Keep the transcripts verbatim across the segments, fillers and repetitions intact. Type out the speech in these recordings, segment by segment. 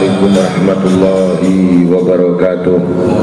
Assalamualaikum warahmatullahi wabarakatuh.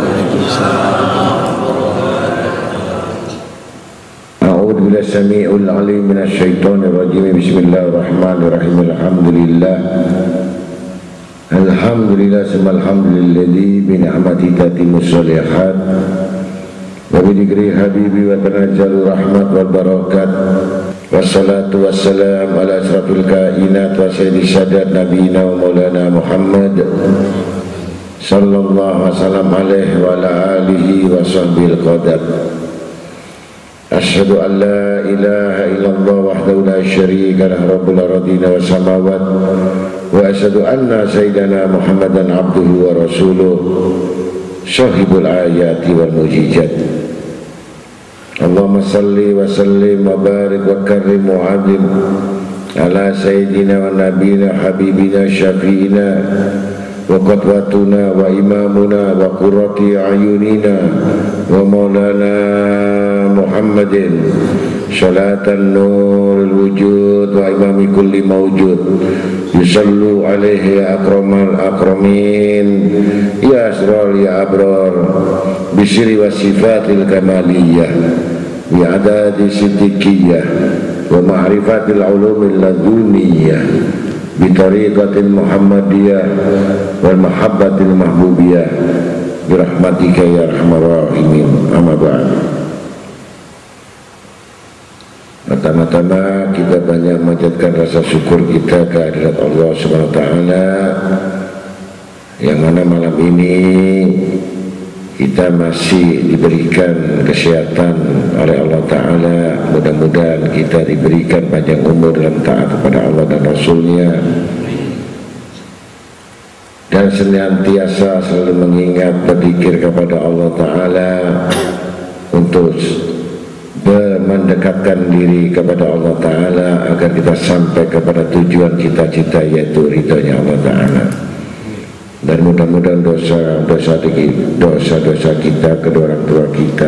A'udzu billahi samii'il 'aliim minasy syaithaanir rajiim. Bismillahirrahmanirrahim. Alhamdulillah. Alhamdulillah summa alhamdulilladzi bi ni'matihi tatimmus shalihat wa bi dzikri habibi wa tanazzalu rahmat wal barakat. Wassalatu wassalam ala asrafil kainat wa sayyidi sadat nabiyina wa maulana Muhammad sallallahu wasallam alaihi wa ala alihi wa sahbihi qadar. Asyhadu an la ilaha illallah wahdahu la syarika lah rabbul ardina was samawat wa asyhadu anna sayyidana Muhammadan abduhu wa rasuluh sahibul ayati wal mujizat. Allahumma salli wa sallim wa barik wa karrim wa azim ala sayyidina wa nabiyina habibina syafi'ina wa qudwatuna wa imamuna wa qurrati ayunina wa maulana Muhammadin salatan nurul wujud wa imami kulli mawjud yusallu alaihi ya akramal akramin ya asrar ya abrar bisri wa sifatil kamaliyah bi adadi siddiqiyah wa ma'rifatil ulumil laduniyah bi tariqatil muhammadiyah wal mahabbatil mahbubiyah bi rahmatika ya arhamar rahimin. Amma ba'd. Pertama-tama kita banyak menjadikan rasa syukur kita kehadirat Allah subhanahu wa taala, yang mana malam ini kita masih diberikan kesehatan oleh Allah Ta'ala. Mudah-mudahan kita diberikan panjang umur dalam taat kepada Allah dan Rasulnya, dan senantiasa selalu mengingat berzikir kepada Allah Ta'ala untuk mendekatkan diri kepada Allah Ta'ala agar kita sampai kepada tujuan cita-cita, yaitu ridhonya Allah Ta'ala. Dan mudah-mudahan dosa-dosa dosa-dosa kita, kedua orang tua kita,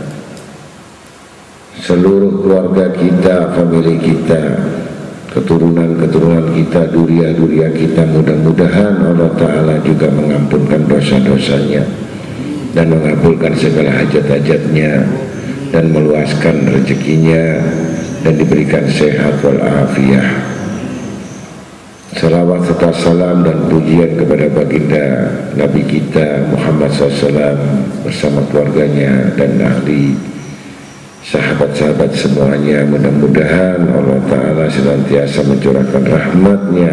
seluruh keluarga kita, famili kita, keturunan-keturunan kita, duria-duria kita, mudah-mudahan Allah Ta'ala juga mengampunkan dosa-dosanya dan mengabulkan segala hajat-hajatnya dan meluaskan rezekinya dan diberikan sehat walafiat. Salawat serta salam dan pujian kepada baginda Nabi kita Muhammad shallallahu alaihi wasallam bersama keluarganya dan ahli sahabat-sahabat semuanya. Mudah-mudahan Allah Ta'ala senantiasa mencurahkan rahmatnya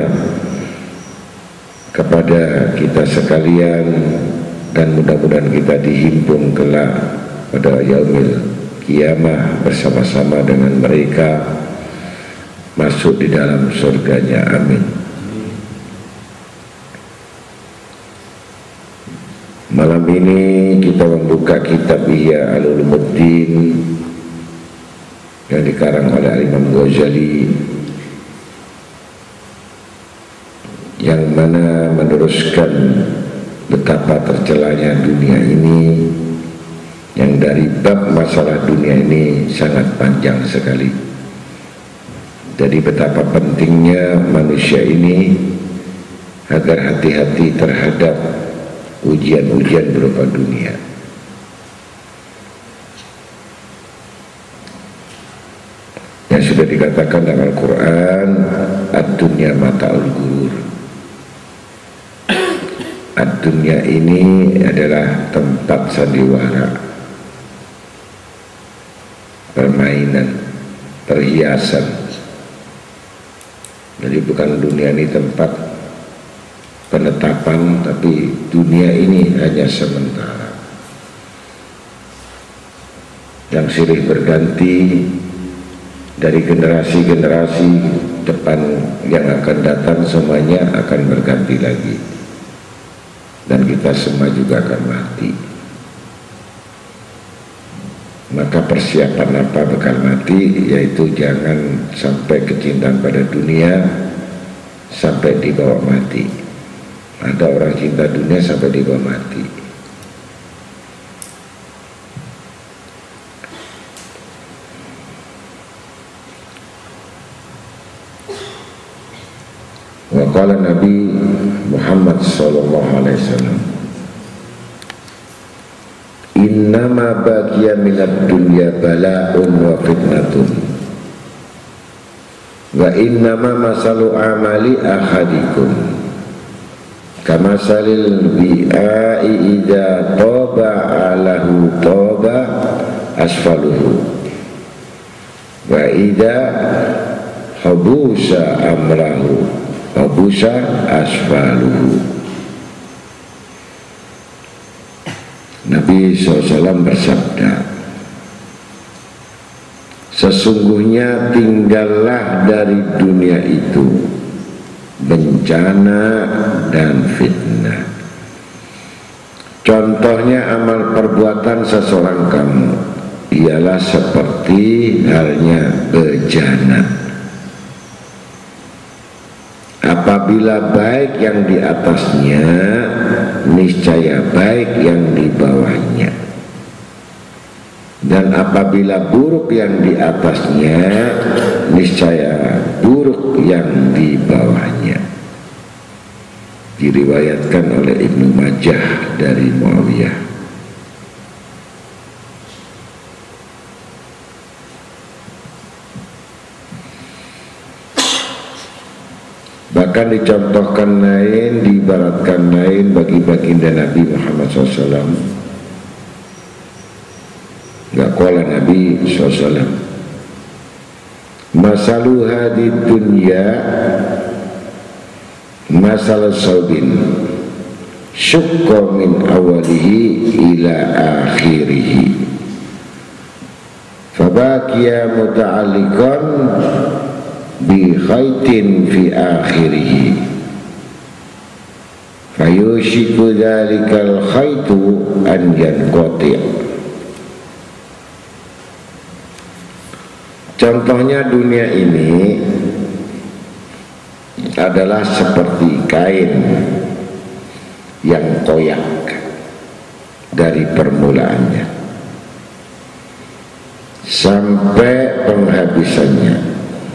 kepada kita sekalian, dan mudah-mudahan kita dihimpun kelak pada yaumil kiamah bersama-sama dengan mereka masuk di dalam surganya. Amin. Malam ini kita membuka kitab Ihya Ulumuddin yang dikarang oleh Imam Ghazali, yang mana meneruskan betapa tercelanya dunia ini, yang dari bab masalah dunia ini sangat panjang sekali. Jadi betapa pentingnya manusia ini agar hati-hati terhadap ujian-ujian berupa dunia. Yang sudah dikatakan dalam Al-Quran, ad-dunya mata'ul ghurur. Ad-dunya ini adalah tempat sandiwara, permainan, perhiasan. Jadi bukan dunia ini tempat penetapan, tapi dunia ini hanya sementara. Yang silih berganti dari generasi-generasi depan yang akan datang, semuanya akan berganti lagi, dan kita semua juga akan mati. Maka persiapan apa bekal mati, yaitu jangan sampai kecintaan pada dunia sampai dibawa mati. Ada orang cinta dunia sampai dibawa mati. Wa Qala Nabi Muhammad sallallahu alaihi wasallam, innama baqiya minad dunya bala'un wa fitnatun wa innama masalu amali ahadikum kama salil bi'ai idza toba alahu toba asfaluhu wa idza habusa amrahu habusa asfaluhu. Nabi shallallahu alaihi wasallam bersabda, sesungguhnya tinggallah dari dunia itu bencana dan fitnah. Contohnya amal perbuatan seseorang kamu ialah seperti halnya bejana. Apabila baik yang di atasnya, niscaya baik yang di bawahnya. Dan apabila buruk yang di atasnya, niscaya buruk yang di bawahnya. Diriwayatkan oleh Ibnu Majah dari Muawiyah. Bahkan dicontohkan lain, diibaratkan lain bagi baginda Nabi Muhammad shallallahu alaihi wasallam. Gak qala Nabi shallallahu alaihi wasallam, masalu hadid dunya masal saubin syukka min awalihi ila akhirihi fabaqiya muta'alliqan bi khaitin fi akhirih fayushiku dhalikal khaitu an yanqati'. Contohnya dunia ini adalah seperti kain yang koyak dari permulaannya sampai penghabisannya.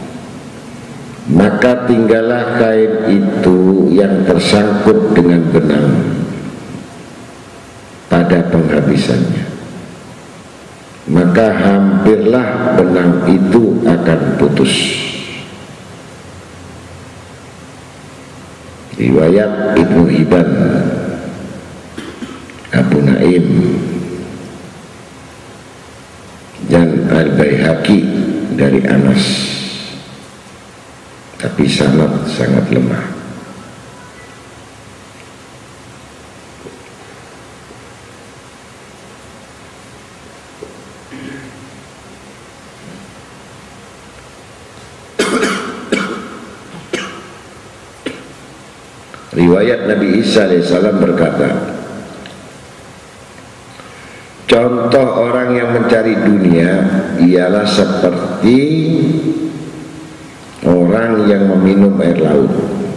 Maka tinggallah kain itu yang tersangkut dengan benang pada penghabisannya, maka hampirlah benang itu akan putus. Riwayat Ibnu Hibban, Abu Naim dan Al-Baihaqi dari Anas, tapi sanad sangat lemah. Riwayat Nabi Isa alaihissalam berkata, contoh orang yang mencari dunia ialah seperti orang yang meminum air laut.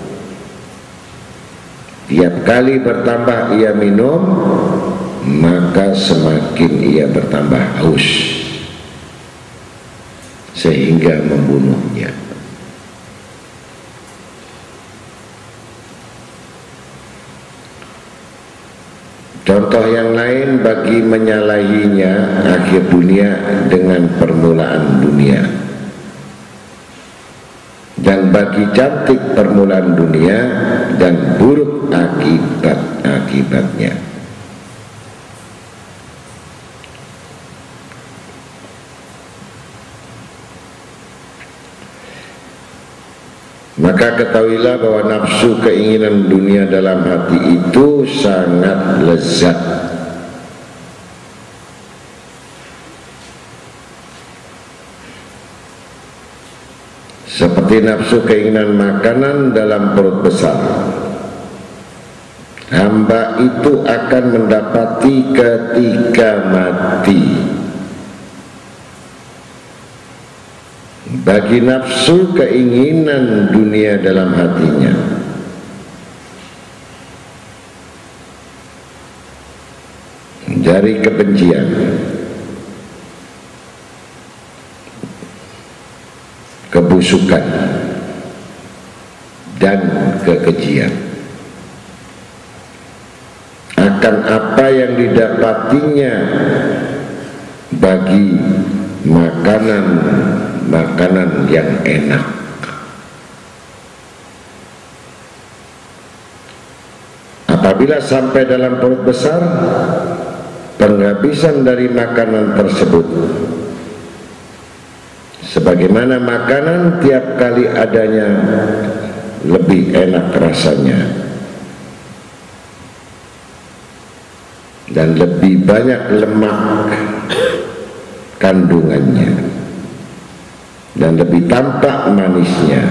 Tiap kali bertambah ia minum, maka semakin ia bertambah haus sehingga membunuhnya. Contoh yang lain bagi menyalahinya akhir dunia dengan permulaan dunia, dan bagi cantik permulaan dunia dan buruk akibat-akibatnya. Maka ketahuilah bahwa nafsu keinginan dunia dalam hati itu sangat lezat. Seperti nafsu keinginan makanan dalam perut besar. Hamba itu akan mendapati ketika mati. Bagi nafsu keinginan dunia dalam hatinya, dari kebencian, kebusukan, dan kekejian. Akan apa yang didapatinya bagi makanan-makanan yang enak. Apabila sampai dalam perut besar, penghabisan dari makanan tersebut, sebagaimana makanan tiap kali adanya lebih enak rasanya dan lebih banyak lemak kandungannya dan lebih tampak manisnya,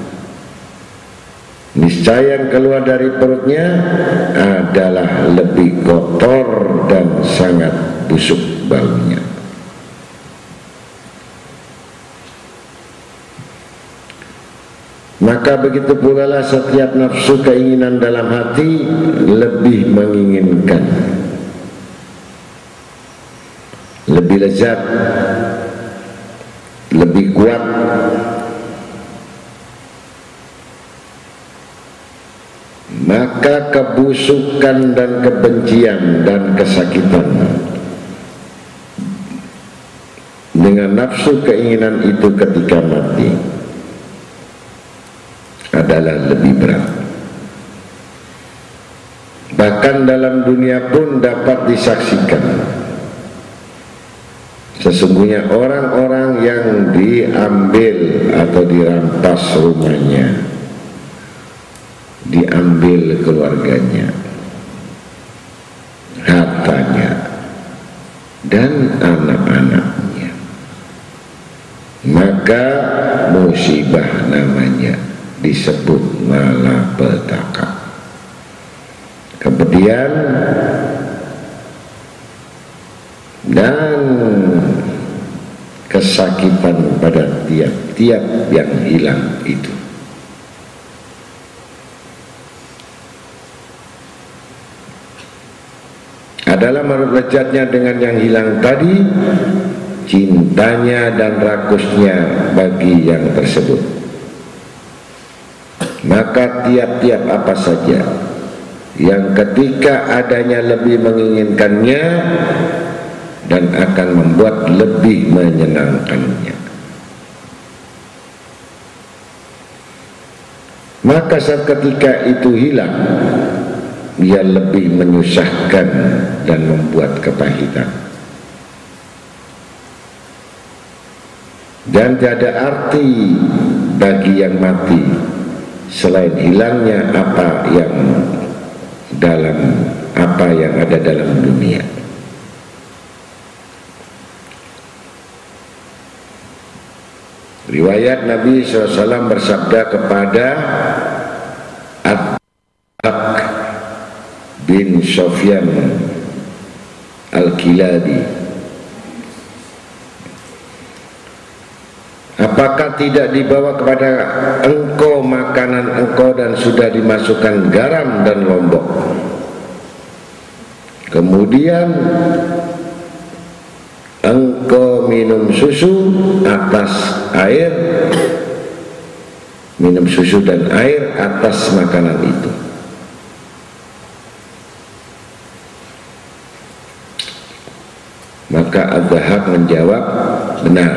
niscaya yang keluar dari perutnya adalah lebih kotor dan sangat busuk baunya. Maka begitu pula lah setiap nafsu keinginan dalam hati lebih menginginkan, lebih lezat, lebih kuat, maka kebusukan dan kebencian dan kesakitan dengan nafsu keinginan itu ketika mati adalah lebih berat. Bahkan dalam dunia pun dapat disaksikan, sesungguhnya orang-orang yang diambil atau dirampas rumahnya, diambil keluarganya, hartanya, dan anak-anaknya, maka musibah namanya, disebut malapetaka. Kemudian dan kesakitan pada tiap-tiap yang hilang itu. Adalah menurut lezatnya dengan yang hilang tadi, cintanya dan rakusnya bagi yang tersebut. Maka tiap-tiap apa saja yang ketika adanya lebih menginginkannya dan akan membuat lebih menyenangkannya, maka saat ketika itu hilang, ia lebih menyusahkan dan membuat kepahitan. Dan tiada arti bagi yang mati selain hilangnya apa yang dalam apa yang ada dalam dunia. Riwayat Nabi shallallahu alaihi wasallam bersabda kepada Ad-Haq bin Sofyan Al-Kiladi, apakah tidak dibawa kepada engkau makanan engkau dan sudah dimasukkan garam dan lombok, kemudian engkau minum susu atas air, minum susu dan air atas makanan itu? Maka Ad-Dhahak menjawab, benar.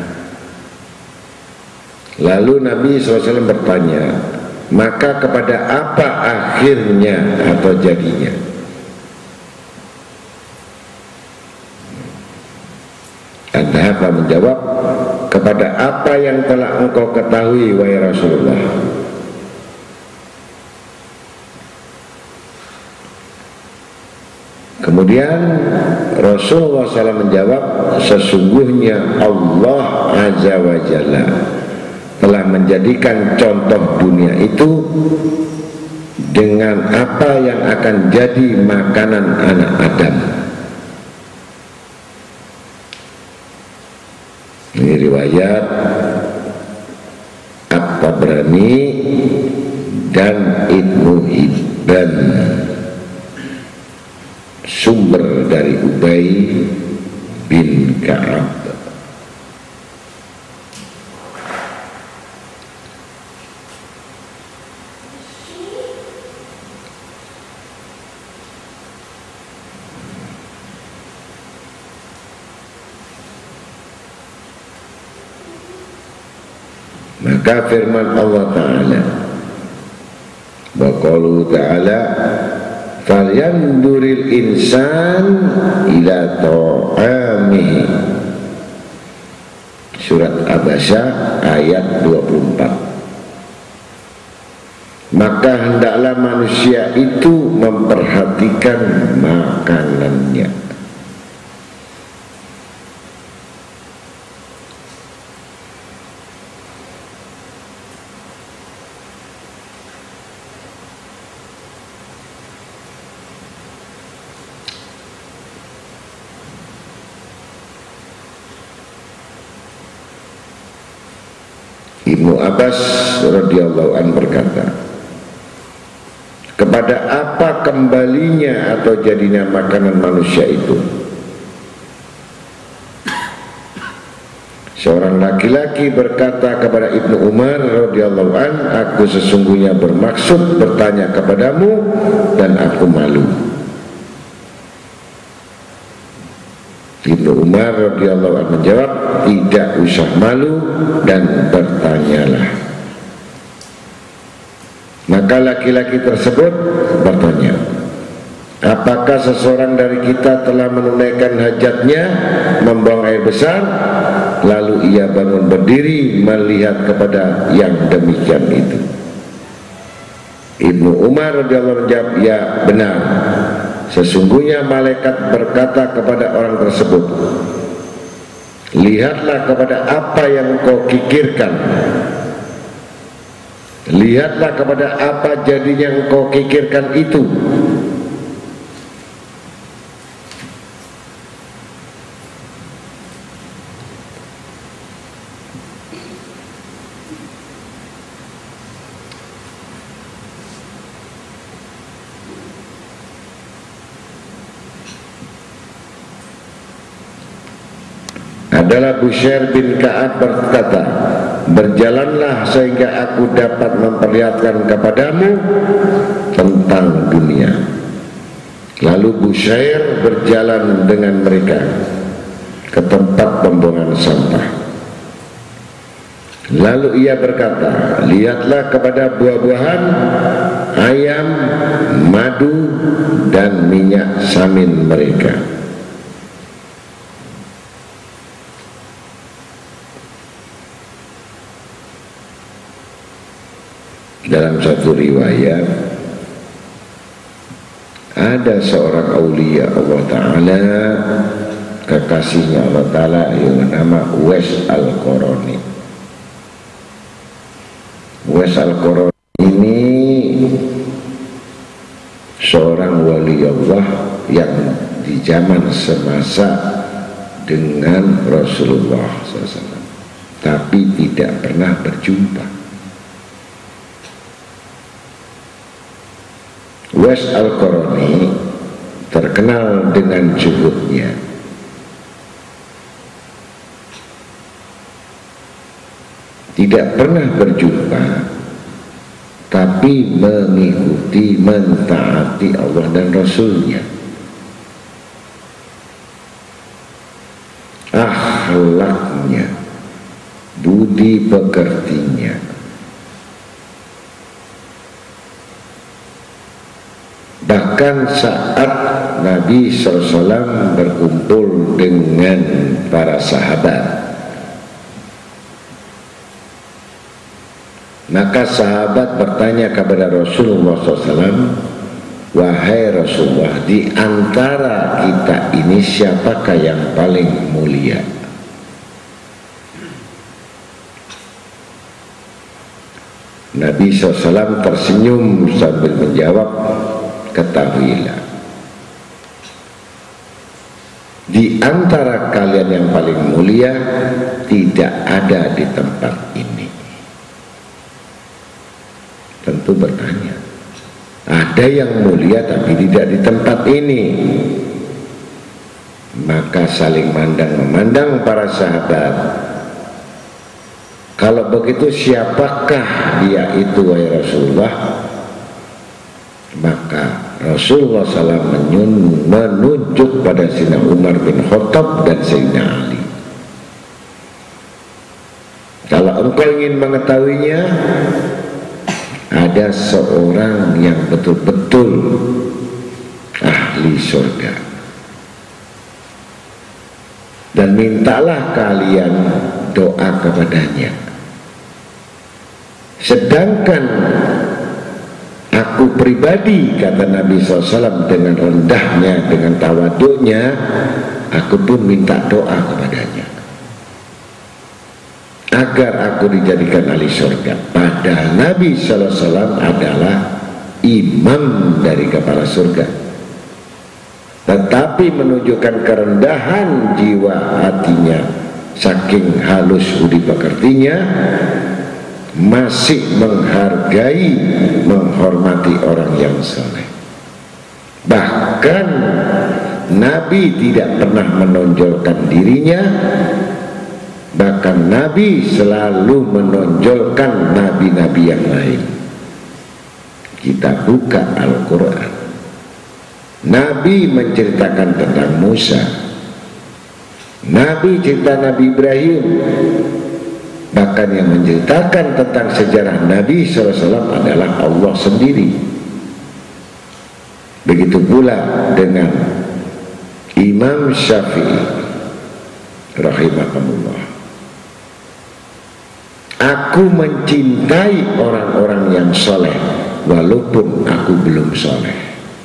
Lalu Nabi shallallahu alaihi wasallam bertanya, maka kepada apa akhirnya atau jadinya? Ad-Dhahak menjawab, kepada apa yang telah engkau ketahui wahai Rasulullah. Kemudian Rasulullah shallallahu alaihi wasallam menjawab, sesungguhnya Allah Azza wa Jalla telah menjadikan contoh dunia itu dengan apa yang akan jadi makanan anak Adam. Ini riwayat At-Tabrani dan Ibnu Hibban, sumber dari Ubay bin Ka'ab. Maka firman Allah Ta'ala, wa qalu ta'ala falyanduril insan ila ta'amihi, surat Abasa ayat dua puluh empat. Maka hendaklah manusia itu memperhatikan makanannya. Ibnu Abbas radhiyallahu anhu berkata, kepada apa kembalinya atau jadinya makanan manusia itu? Seorang laki-laki berkata kepada Ibnu Umar radhiyallahu anhu, aku sesungguhnya bermaksud bertanya kepadamu dan aku malu. Ibnu Umar radhiyallahu anhu menjawab, tidak usah malu dan bertanyalah. Maka laki-laki tersebut bertanya, apakah seseorang dari kita telah menunaikan hajatnya, membuang air besar? Lalu ia bangun berdiri melihat kepada yang demikian itu. Ibnu Umar radhiyallahu anhu menjawab, ya benar. Sesungguhnya malaikat berkata kepada orang tersebut, lihatlah kepada apa yang kau kikirkan, lihatlah kepada apa jadinya engkau kikirkan itu. Adalah Bushair bin Ka'ab berkata, berjalanlah sehingga aku dapat memperlihatkan kepadamu tentang dunia. Lalu Bushair berjalan dengan mereka ke tempat pembuangan sampah. Lalu ia berkata, lihatlah kepada buah-buahan, ayam, madu, dan minyak samin mereka. Dalam satu riwayat, ada seorang aulia Allah Ta'ala, kekasihnya Allah Ta'ala, yang bernama Uwais Al-Qarani. Uwais Al-Qarani ini seorang wali Allah yang di zaman semasa dengan Rasulullah shallallahu alaihi wasallam, tapi tidak pernah berjumpa. Uwais Al-Qarani terkenal dengan zuhudnya. Tidak pernah berjumpa, tapi mengikuti, mentaati Allah dan Rasulnya. Akhlaknya, budi pekertinya, bahkan saat Nabi shallallahu alaihi wasallam berkumpul dengan para sahabat, maka sahabat bertanya kepada Rasulullah shallallahu alaihi wasallam, wahai Rasulullah, di antara kita ini siapakah yang paling mulia? Nabi shallallahu alaihi wasallam tersenyum sambil menjawab, ketahuilah, di antara kalian yang paling mulia tidak ada di tempat ini. Tentu bertanya, ada yang mulia tapi tidak di tempat ini. Maka saling mandang-memandang para sahabat. Kalau begitu siapakah dia itu wahai Rasulullah? Maka Rasulullah shallallahu alaihi wasallam menunjuk pada Sayyidina Umar bin Khattab dan Sayyidina Ali. Kalau engkau engkau ingin mengetahuinya, ada seorang yang betul-betul ahli surga, dan mintalah kalian doa kepadanya. Sedangkan aku pribadi, kata Nabi shallallahu alaihi wasallam dengan rendahnya, dengan tawaduknya, aku pun minta doa kepadanya agar aku dijadikan ahli surga. Padahal Nabi shallallahu alaihi wasallam adalah imam dari kepala surga, tetapi menunjukkan kerendahan jiwa hatinya, saking halus budi pekertinya, masih menghargai, menghormati orang yang saleh. Bahkan Nabi tidak pernah menonjolkan dirinya, bahkan Nabi selalu menonjolkan nabi-nabi yang lain. Kita buka Al-Quran, Nabi menceritakan tentang Musa, Nabi cerita Nabi Ibrahim. Bahkan yang menceritakan tentang sejarah Nabi shallallahu alaihi wasallam adalah Allah sendiri. Begitu pula dengan Imam Syafi'i rahimahullah. Aku mencintai orang-orang yang soleh walaupun aku belum soleh.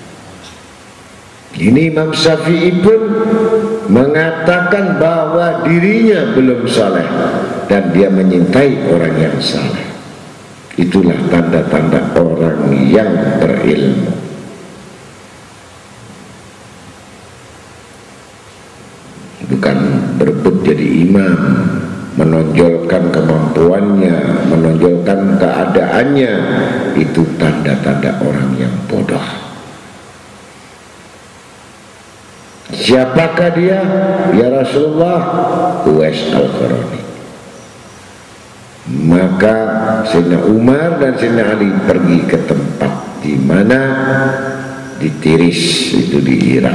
Ini Imam Syafi'i pun mengatakan bahwa dirinya belum saleh dan dia menyintai orang yang saleh. Itulah tanda-tanda orang yang berilmu. Bukan berebut jadi imam, menonjolkan kemampuannya, menonjolkan keadaannya. Itu tanda-tanda orang yang bodoh. Siapakah dia? Ya Rasulullah, Uwais Al-Qarani. Maka Sayyidina Umar dan Sayyidina Ali pergi ke tempat di mana di Tiris, itu di Irak.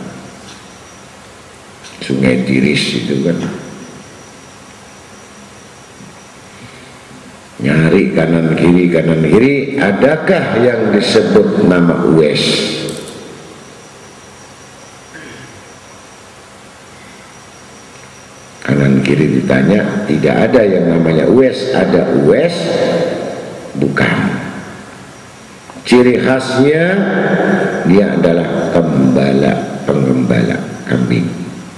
Sungai Tiris itu kan. Nyari kanan kiri kanan kiri, adakah yang disebut nama Uwais? Kanan kiri ditanya, tidak ada yang namanya Uwais. Ada Uwais, bukan. Ciri khasnya dia adalah gembala, penggembala kambing.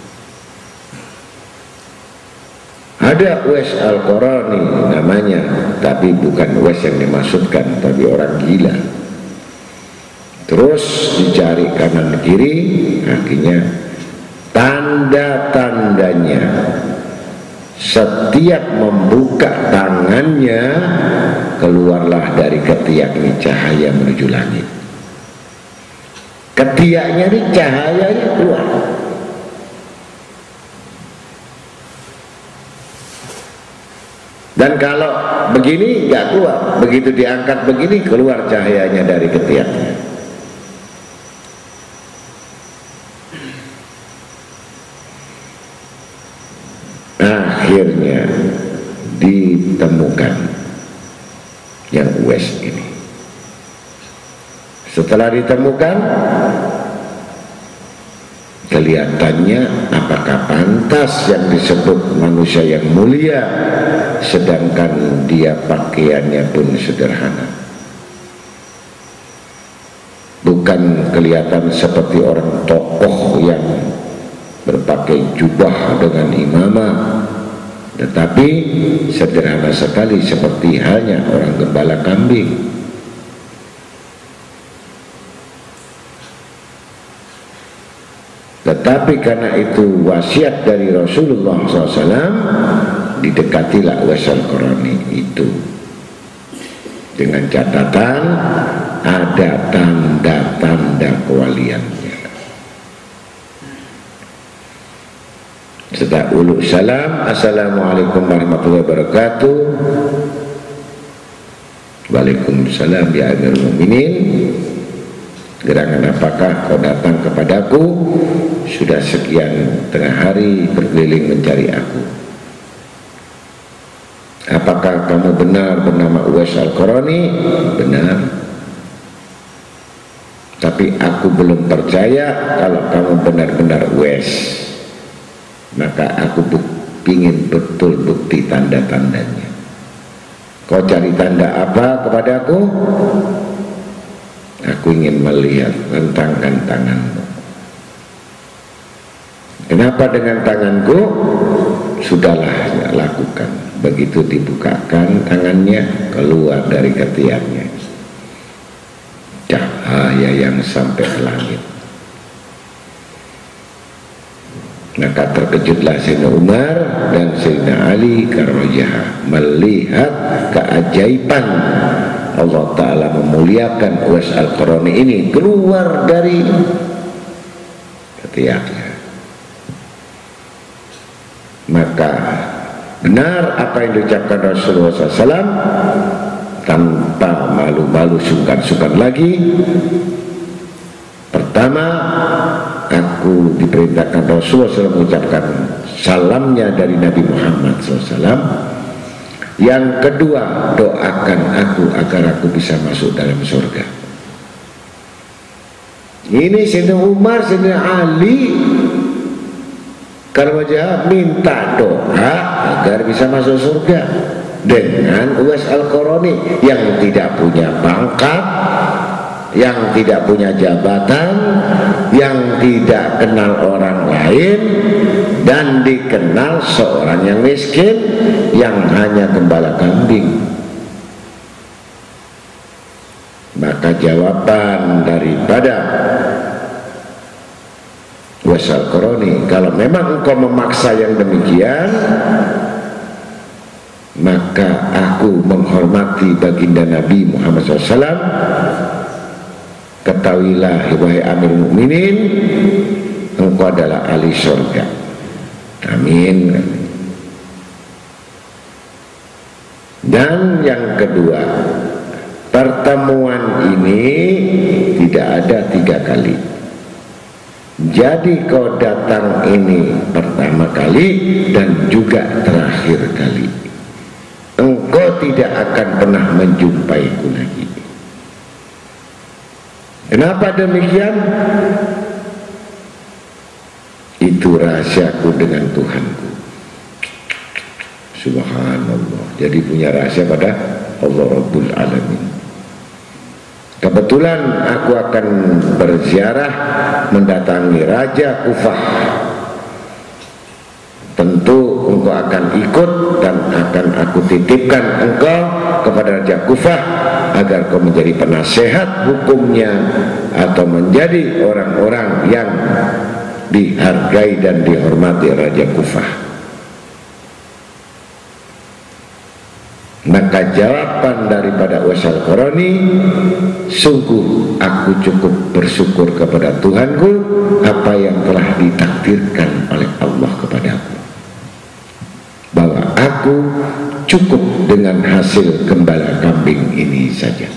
Ada Uwais Al-Qarani namanya, tapi bukan Uwais yang dimaksudkan, tapi orang gila. Terus dicari kanan kiri, akhirnya tanda-tandanya setiap membuka tangannya keluarlah dari ketiak ini cahaya menuju langit. Ketiaknya ini cahaya ini keluar. Dan kalau begini nggak keluar, begitu diangkat begini keluar cahayanya dari ketiaknya. Akhirnya ditemukan yang Uwais ini. Setelah ditemukan, kelihatannya apakah pantas yang disebut manusia yang mulia, sedangkan dia pakaiannya pun sederhana. Bukan kelihatan seperti orang tokoh yang berpakai jubah dengan imamah, tetapi sederhana sekali seperti halnya orang gembala kambing. Tetapi karena itu wasiat dari Rasulullah shallallahu alaihi wasallam, didekatilah Uwais Al-Qarani itu dengan catatan ada tanda-tanda kewaliannya. Setelah ulu salam, assalamualaikum warahmatullahi wabarakatuh. Waalaikumsalam ya Amirul Mukminin. Gerangan apakah kau datang kepadaku? Sudah sekian tengah hari berkeliling mencari aku. Apakah kamu benar bernama Uwais Al-Qarani? Benar. Tapi aku belum percaya kalau kamu benar-benar Uwais. Maka aku ingin betul bukti tanda-tandanya. Kau cari tanda apa kepadaku? Aku ingin melihat, rentangkan tanganmu. Kenapa dengan tanganku? Sudahlah, lakukan. Begitu dibukakan tangannya, keluar dari ketiaknya cahaya yang sampai ke langit. Maka terkejutlah Sayyidina Umar dan Sayyidina Ali karomah melihat keajaiban Allah Ta'ala memuliakan Uwais Al-Qarani ini keluar dari ketiaknya. Maka benar apa yang diucapkan Rasulullah shallallahu alaihi wasallam, tanpa malu-malu sungkan-sungkan lagi. Pertama, aku diperintahkan Rasulullah shallallahu alaihi wasallam mengucapkan salamnya dari Nabi Muhammad shallallahu alaihi wasallam. Yang kedua, doakan aku agar aku bisa masuk dalam surga. Ini Sayyidina Umar, Sayyidina Ali kalau wajah minta doa agar bisa masuk surga dengan Uwais Al-Qarani yang tidak punya pangkat, yang tidak punya jabatan, yang tidak kenal orang lain, dan dikenal seorang yang miskin yang hanya gembala kambing. Maka jawaban daripada Uwais Al-Qarani, kalau memang engkau memaksa yang demikian, maka aku menghormati baginda Nabi Muhammad shallallahu alaihi wasallam. Ketahuilah wahai Amir Mukminin, engkau adalah ahli surga. Amin. Dan yang kedua, pertemuan ini tidak ada tiga kali. Jadi kau datang ini pertama kali dan juga terakhir kali. Engkau tidak akan pernah menjumpaiku lagi. Kenapa demikian? Itu rahasiaku dengan Tuhanku. Subhanallah. Jadi punya rahasia pada Allah Rabbul Alamin. Kebetulan aku akan berziarah mendatangi Raja Kufah. Tentu engkau akan ikut dan akan aku titipkan engkau kepada Raja Kufah agar kau menjadi penasehat hukumnya atau menjadi orang-orang yang dihargai dan dihormati Raja Kufah. Maka jawaban daripada Uwais Al-Qarani, sungguh aku cukup bersyukur kepada Tuhanku apa yang telah ditakdirkan oleh Allah kepadaku, bahwa aku cukup dengan hasil gembala kambing ini saja.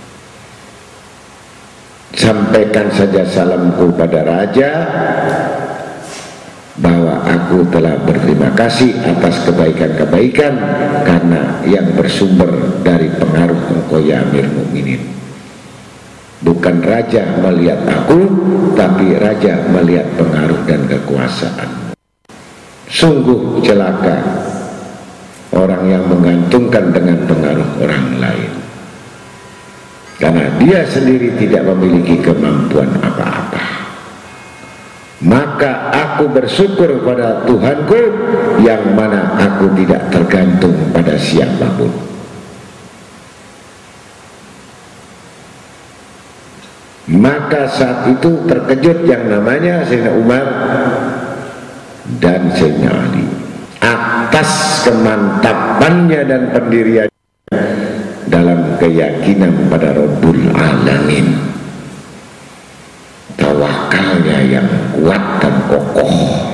Sampaikan saja salamku pada Raja bahwa aku telah berterima kasih atas kebaikan-kebaikan karena yang bersumber dari pengaruh engkau ya Amir Mukminin. Bukan Raja melihat aku, tapi Raja melihat pengaruh dan kekuasaan. Sungguh celaka orang yang menggantungkan dengan pengaruh orang lain, karena dia sendiri tidak memiliki kemampuan apa-apa. Maka aku bersyukur pada Tuhanku yang mana aku tidak tergantung pada siapapun. Maka saat itu terkejut yang namanya Sayyidina Umar dan Sayyidina Ali atas kemantapannya dan pendiriannya dalam keyakinan pada Rabbul Alamin, tawakalnya yang kuat dan kokoh.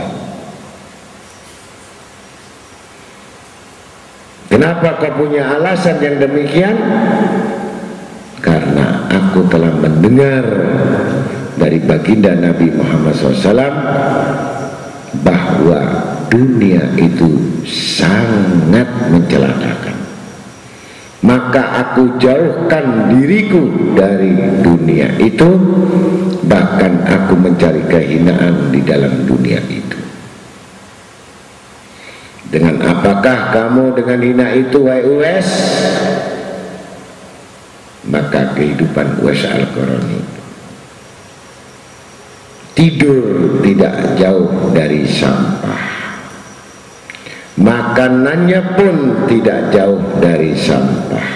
Kenapa kau punya alasan yang demikian? Karena aku telah mendengar dari baginda Nabi Muhammad shallallahu alaihi wasallam bahwa dunia itu sangat mencelakakan, maka aku jauhkan diriku dari dunia itu, bahkan aku mencari kehinaan di dalam dunia itu. Dengan apakah kamu dengan hina itu, wahai Uwais? Maka kehidupan Uwais Al-Qarani, tidur tidak jauh dari sampah, makanannya pun tidak jauh dari sampah.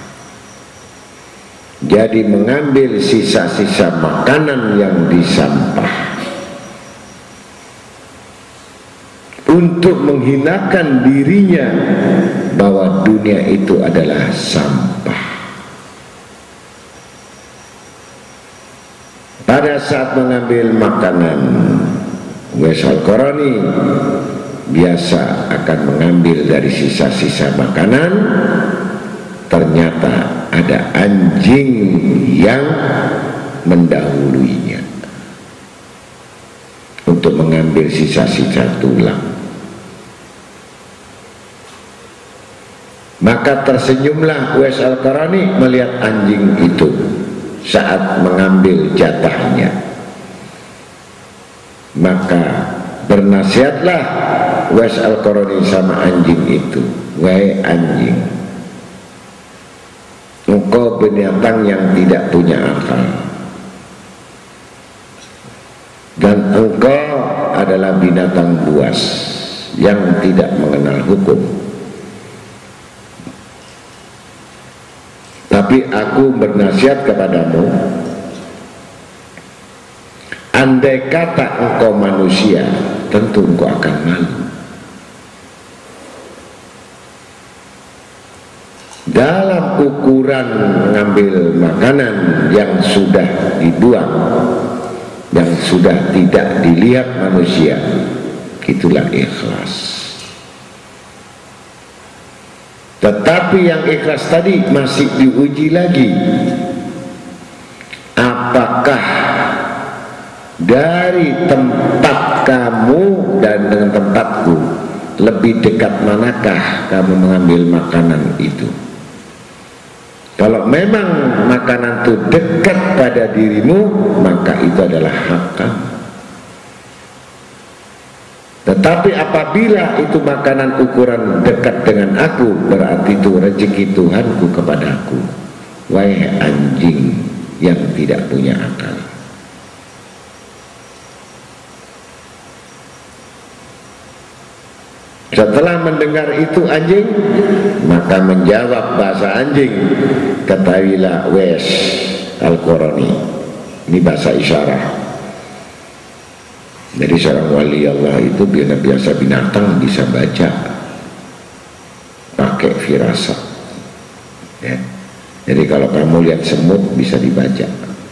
Jadi mengambil sisa-sisa makanan yang di sampah untuk menghinakan dirinya bahwa dunia itu adalah sampah. Pada saat mengambil makanan, Uwais Al-Qarani biasa akan mengambil dari sisa-sisa makanan. Ternyata ada anjing yang mendahuluinya untuk mengambil sisa-sisa tulang. Maka tersenyumlah Uwais Al-Qarani melihat anjing itu saat mengambil jatahnya. Maka bernasihatlah Uwais Al-Qarani sama anjing itu, wahai anjing, engkau binatang yang tidak punya akal, dan engkau adalah binatang buas yang tidak mengenal hukum. Tapi aku bernasihat kepadamu, andai kata engkau manusia, tentu engkau akan malu. Dalam ukuran mengambil makanan yang sudah dibuang, yang sudah tidak dilihat manusia, itulah ikhlas. Tetapi yang ikhlas tadi masih diuji lagi. Apakah dari tempat kamu dan dengan tempatku lebih dekat manakah kamu mengambil makanan itu? Kalau memang makanan itu dekat pada dirimu, maka itu adalah hak kamu. Tetapi apabila itu makanan ukuran dekat dengan aku, berarti itu rezeki Tuhanku kepadaku, wahai anjing yang tidak punya akal. Setelah mendengar itu anjing, maka menjawab bahasa anjing, ketahuilah Uwais Al-Qarani, ini bahasa isyarat. Jadi seorang wali Allah itu biasa binatang bisa baca pakai firasat, ya. Jadi kalau kamu lihat semut bisa dibaca,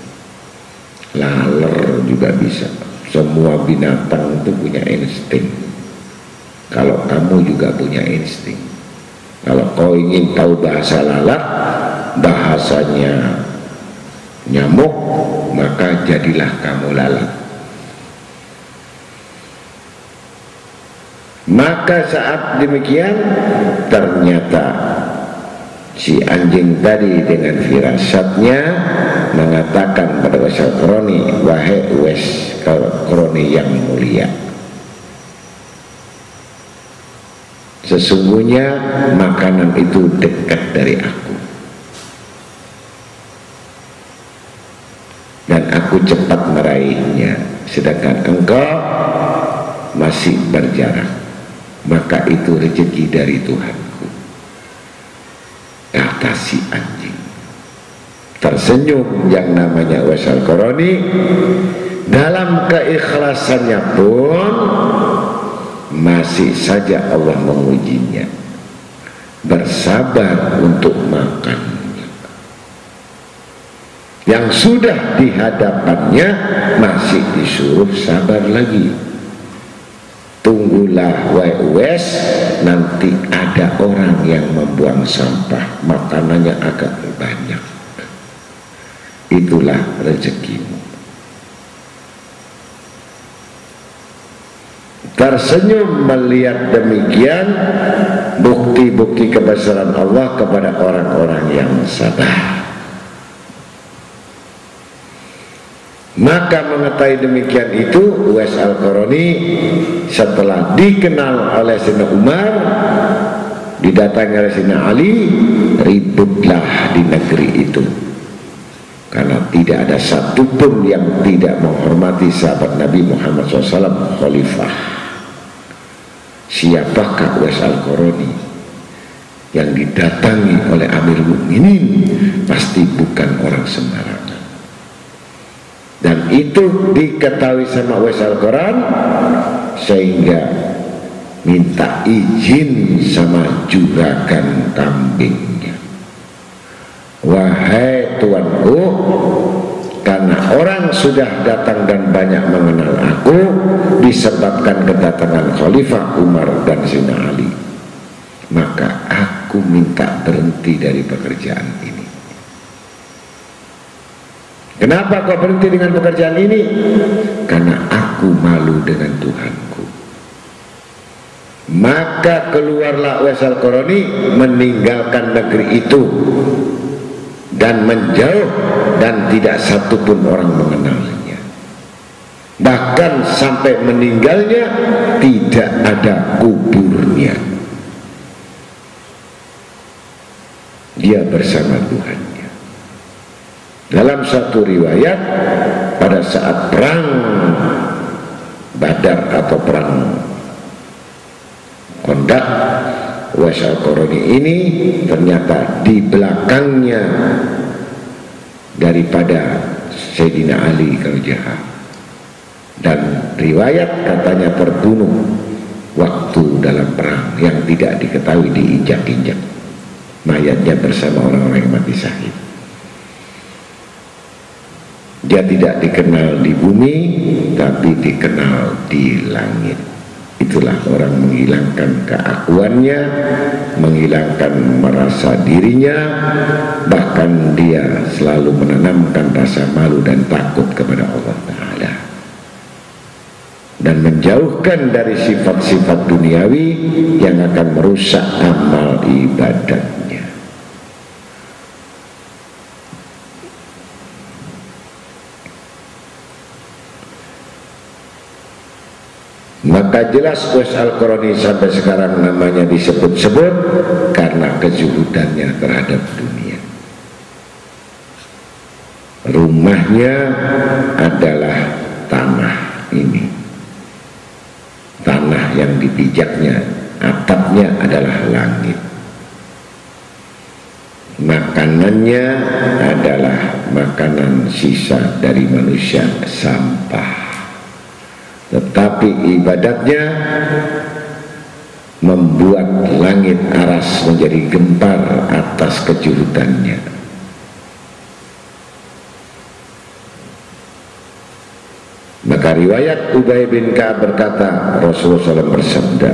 laler juga bisa. Semua binatang itu punya insting. Kalau kamu juga punya insting. Kalau kau ingin tahu bahasa lalat, bahasanya nyamuk, maka jadilah kamu lalat. Maka saat demikian, ternyata si anjing tadi dengan firasatnya mengatakan pada Uwais Al-Qarani, wahai Uwais Al-Qarani yang mulia, sesungguhnya makanan itu dekat dari aku, dan aku cepat meraihnya, sedangkan engkau masih berjarak. Maka itu rezeki dari Tuhanku, kata si anjing. Tersenyum yang namanya Uwais Al-Qarani. Dalam keikhlasannya pun masih saja Allah mengujinya, bersabar untuk makan. Yang sudah di hadapannya masih disuruh sabar lagi. Tunggulah wahai Uwais, nanti ada orang yang membuang sampah, makanannya agak banyak. Itulah rezekimu. tersenyum melihat demikian bukti-bukti kebesaran Allah kepada orang-orang yang sabar. Maka mengetahui demikian itu Uwais Al-Qarani setelah dikenal oleh Sayyidina Umar, didatangi oleh Sayyidina Ali, ributlah di negeri itu karena tidak ada satupun yang tidak menghormati sahabat Nabi Muhammad shallallahu alaihi wasallam khalifah. Siapakah Uwais Al-Qarani yang didatangi oleh Amirul Mukminin? Pasti bukan orang sembarangan. Dan itu diketahui sama Uwais Al-Qarani sehingga minta izin sama juragan kambingnya. Wahai tuanku, karena orang sudah datang dan banyak mengenal aku disebabkan kedatangan Khalifah Umar dan Sayyidina Ali, maka aku minta berhenti dari pekerjaan ini. Kenapa kau berhenti dengan pekerjaan ini? Karena aku malu dengan Tuhanku. Maka keluarlah Uwais Al-Qarani meninggalkan negeri itu dan menjauh, dan tidak satupun orang mengenalnya. Bahkan sampai meninggalnya tidak ada kuburnya. Dia bersama Tuhannya. Dalam satu riwayat, pada saat perang Badar atau perang Khandaq, Uwais Al-Qarani ini ternyata di belakangnya daripada Sayyidina Ali kalau jahat, dan riwayat katanya terbunuh waktu dalam perang yang tidak diketahui, diinjak-injak mayatnya bersama orang-orang yang mati syahid. Dia tidak dikenal di bumi tapi dikenal di langit. Itulah orang menghilangkan keakuannya, menghilangkan merasa dirinya, bahkan dia selalu menanamkan rasa malu dan takut kepada Allah Ta'ala, dan menjauhkan dari sifat-sifat duniawi yang akan merusak amal ibadatnya. Maka jelas Uwais Al-Qarani sampai sekarang namanya disebut-sebut karena kezuhudannya terhadap dunia. Rumahnya adalah tanah ini, tanah yang dipijaknya, atapnya adalah langit. Makanannya adalah makanan sisa dari manusia, sampah. Tetapi ibadatnya membuat langit aras menjadi gempar atas kejuhudannya. Maka riwayat Ubay bin Ka'ab berkata, Rasulullah shallallahu alaihi wasallam bersabda,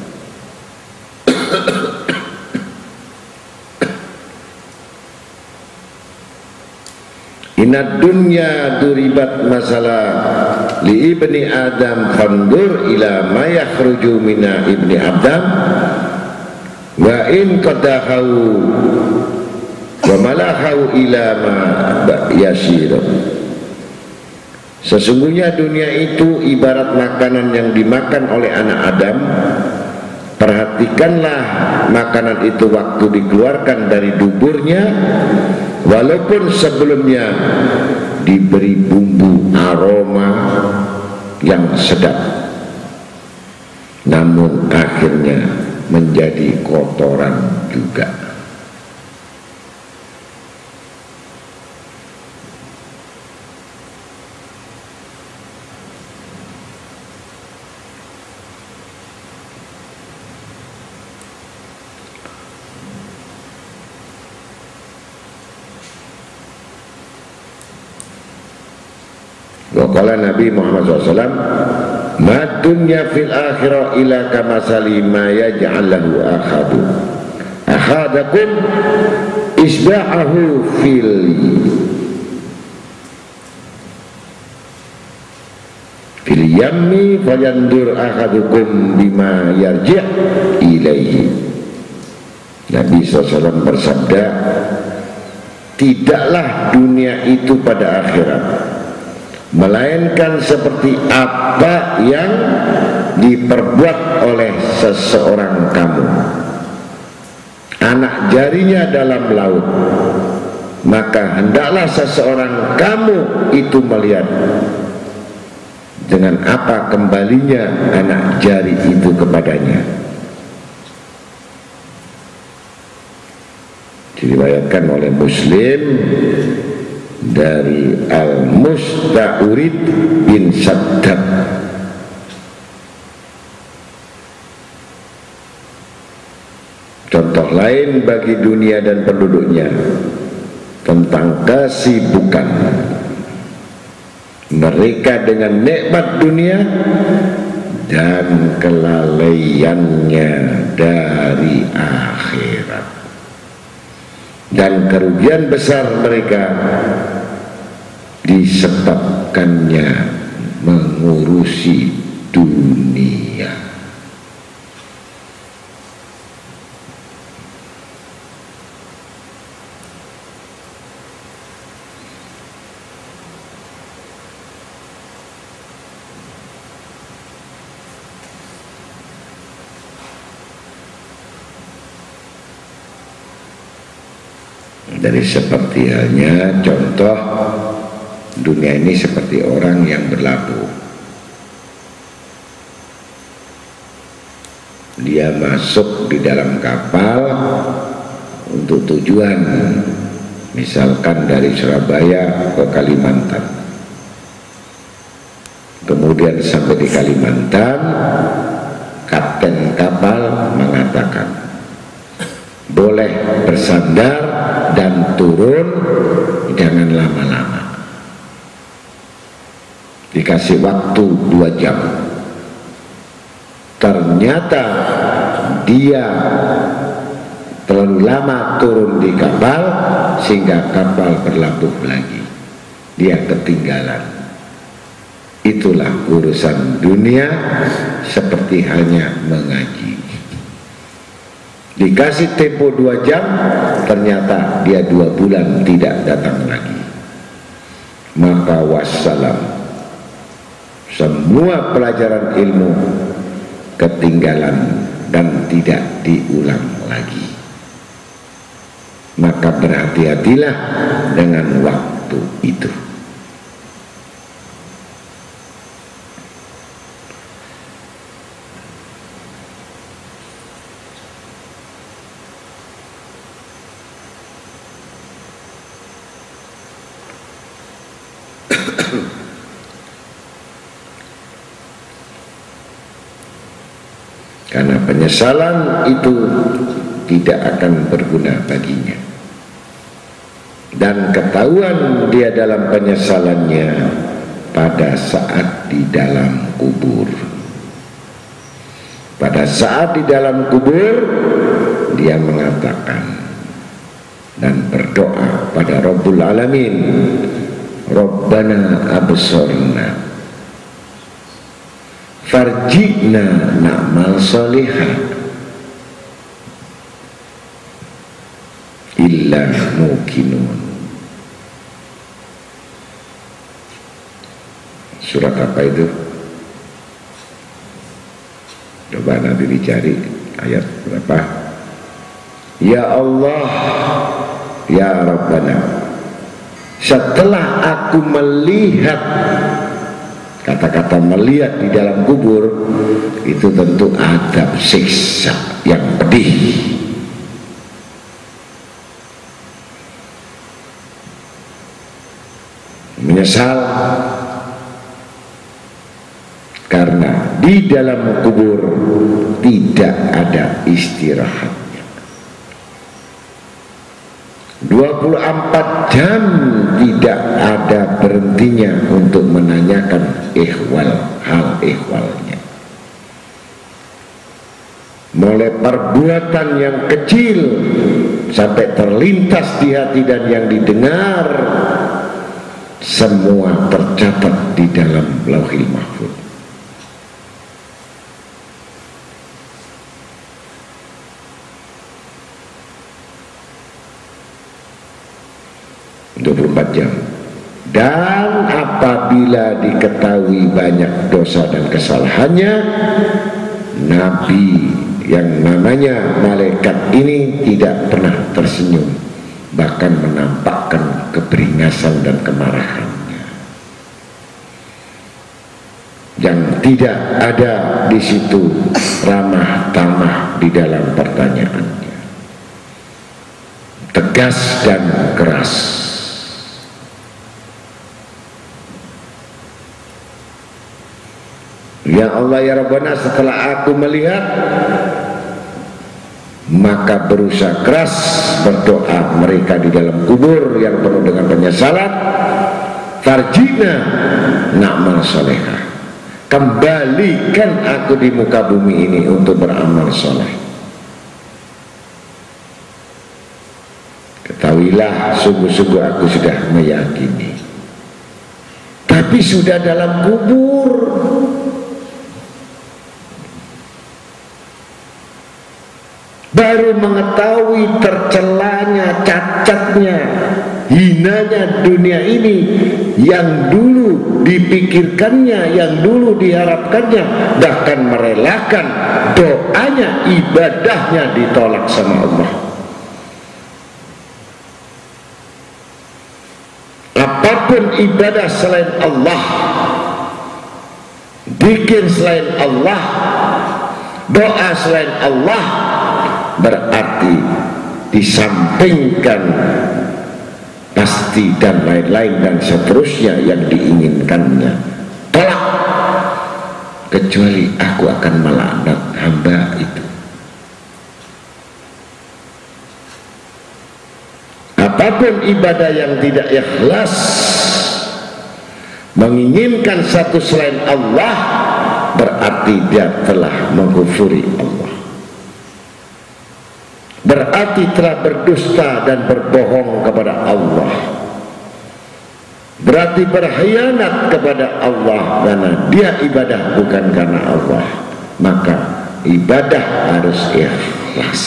Inad dunya duribat masalah li ibni Adam fandur ila ma yakhruju mina ibni Adam wa in qadahu wa malahahu ila ma yasir. Sesungguhnya dunia itu ibarat makanan yang dimakan oleh anak Adam. Perhatikanlah makanan itu waktu dikeluarkan dari duburnya, walaupun sebelumnya diberi bumbu aroma yang sedap, namun akhirnya menjadi kotoran juga. Waqala Nabi Muhammad shallallahu alaihi wasallam, ma dunya fil akhirah ila kamasali ma yaj'al lahu akhadu akhadakum isba'ahu fil fil yammi fayandur ahadukum bima yarji' ilaihi. Nabi shallallahu alaihi wasallam bersabda, tidaklah dunia itu pada akhirat melainkan seperti apa yang diperbuat oleh seseorang kamu, anak jarinya dalam laut, maka hendaklah seseorang kamu itu melihat dengan apa kembalinya anak jari itu kepadanya. Diriwayatkan oleh Muslim dari Al-Musta'urid bin Saddad. Contoh lain bagi dunia dan penduduknya tentang kesibukan mereka dengan nikmat dunia dan kelalaiannya dari akhirat, dan kerugian besar mereka disebabkannya mengurusi dunia. Dari seperti halnya contoh dunia ini seperti orang yang berlabuh. Dia masuk di dalam kapal untuk tujuan misalkan dari Surabaya ke Kalimantan. Kemudian sampai di Kalimantan, kapten kapal mengatakan boleh bersandar dan turun, jangan lama-lama. Dikasih waktu dua jam. Ternyata dia terlalu lama turun di kapal sehingga kapal berlabuh lagi. Dia ketinggalan. Itulah urusan dunia, seperti halnya mengaji. Dikasih tempo dua jam, ternyata dia dua bulan tidak datang lagi. Maka wassalam, semua pelajaran ilmu ketinggalan dan tidak diulang lagi. Maka berhati-hatilah dengan waktu itu. Karena penyesalan itu tidak akan berguna baginya, dan ketahuan dia dalam penyesalannya pada saat di dalam kubur. Pada saat di dalam kubur dia mengatakan dan berdoa pada Rabbul Alamin, Rabbana absorna farji'na na'mal solihah illa mukinun. Surat apa itu? Coba nanti dicari ayat berapa. Ya Allah, ya Rabbana, setelah aku melihat, kata-kata melihat di dalam kubur itu tentu adab siksa yang pedih. Menyesal karena di dalam kubur tidak ada istirahatnya. dua puluh empat jam tidak ada berhentinya untuk menanyakan ihwal, hal ihwalnya. Mulai perbuatan yang kecil sampai terlintas di hati dan yang didengar, semua tercatat di dalam Lauhil Mahfuz. dua puluh empat jam. Dan apabila diketahui banyak dosa dan kesalahannya, Nabi yang namanya malaikat ini tidak pernah tersenyum, bahkan menampakkan keberingasan dan kemarahannya. Yang tidak ada di situ ramah tamah di dalam pertanyaannya, tegas dan keras. Ya Allah ya Rabbana, setelah aku melihat, maka berusaha keras berdoa mereka di dalam kubur yang penuh dengan penyesalan. Farjina na'mal solehah, kembalikan aku di muka bumi ini untuk beramal soleh. Ketahuilah, sungguh-sungguh aku sudah meyakini, tapi sudah dalam kubur. Baru mengetahui tercelanya, cacatnya, hinanya dunia ini, yang dulu dipikirkannya, yang dulu diharapkannya, bahkan merelakan doanya, ibadahnya ditolak sama Allah. Apapun ibadah selain Allah, zikir selain Allah, doa selain Allah, berarti disampingkan pasti dan lain-lain dan seterusnya yang diinginkannya tolak, kecuali aku akan melaknat hamba itu. Apapun ibadah yang tidak ikhlas, menginginkan satu selain Allah, berarti dia telah mengkufuri Allah, berarti telah berdusta dan berbohong kepada Allah, berarti berkhianat kepada Allah, karena dia ibadah bukan karena Allah. Maka ibadah harus ikhlas.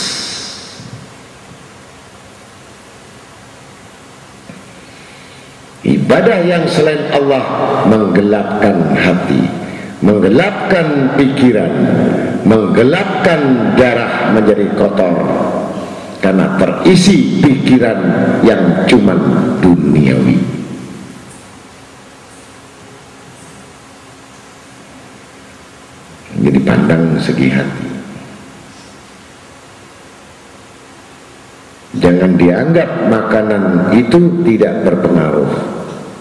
Ibadah yang selain Allah menggelapkan hati, menggelapkan pikiran, menggelapkan darah menjadi kotor, karena terisi pikiran yang cuma duniawi. Jadi pandang segi hati, jangan dianggap makanan itu tidak berpengaruh.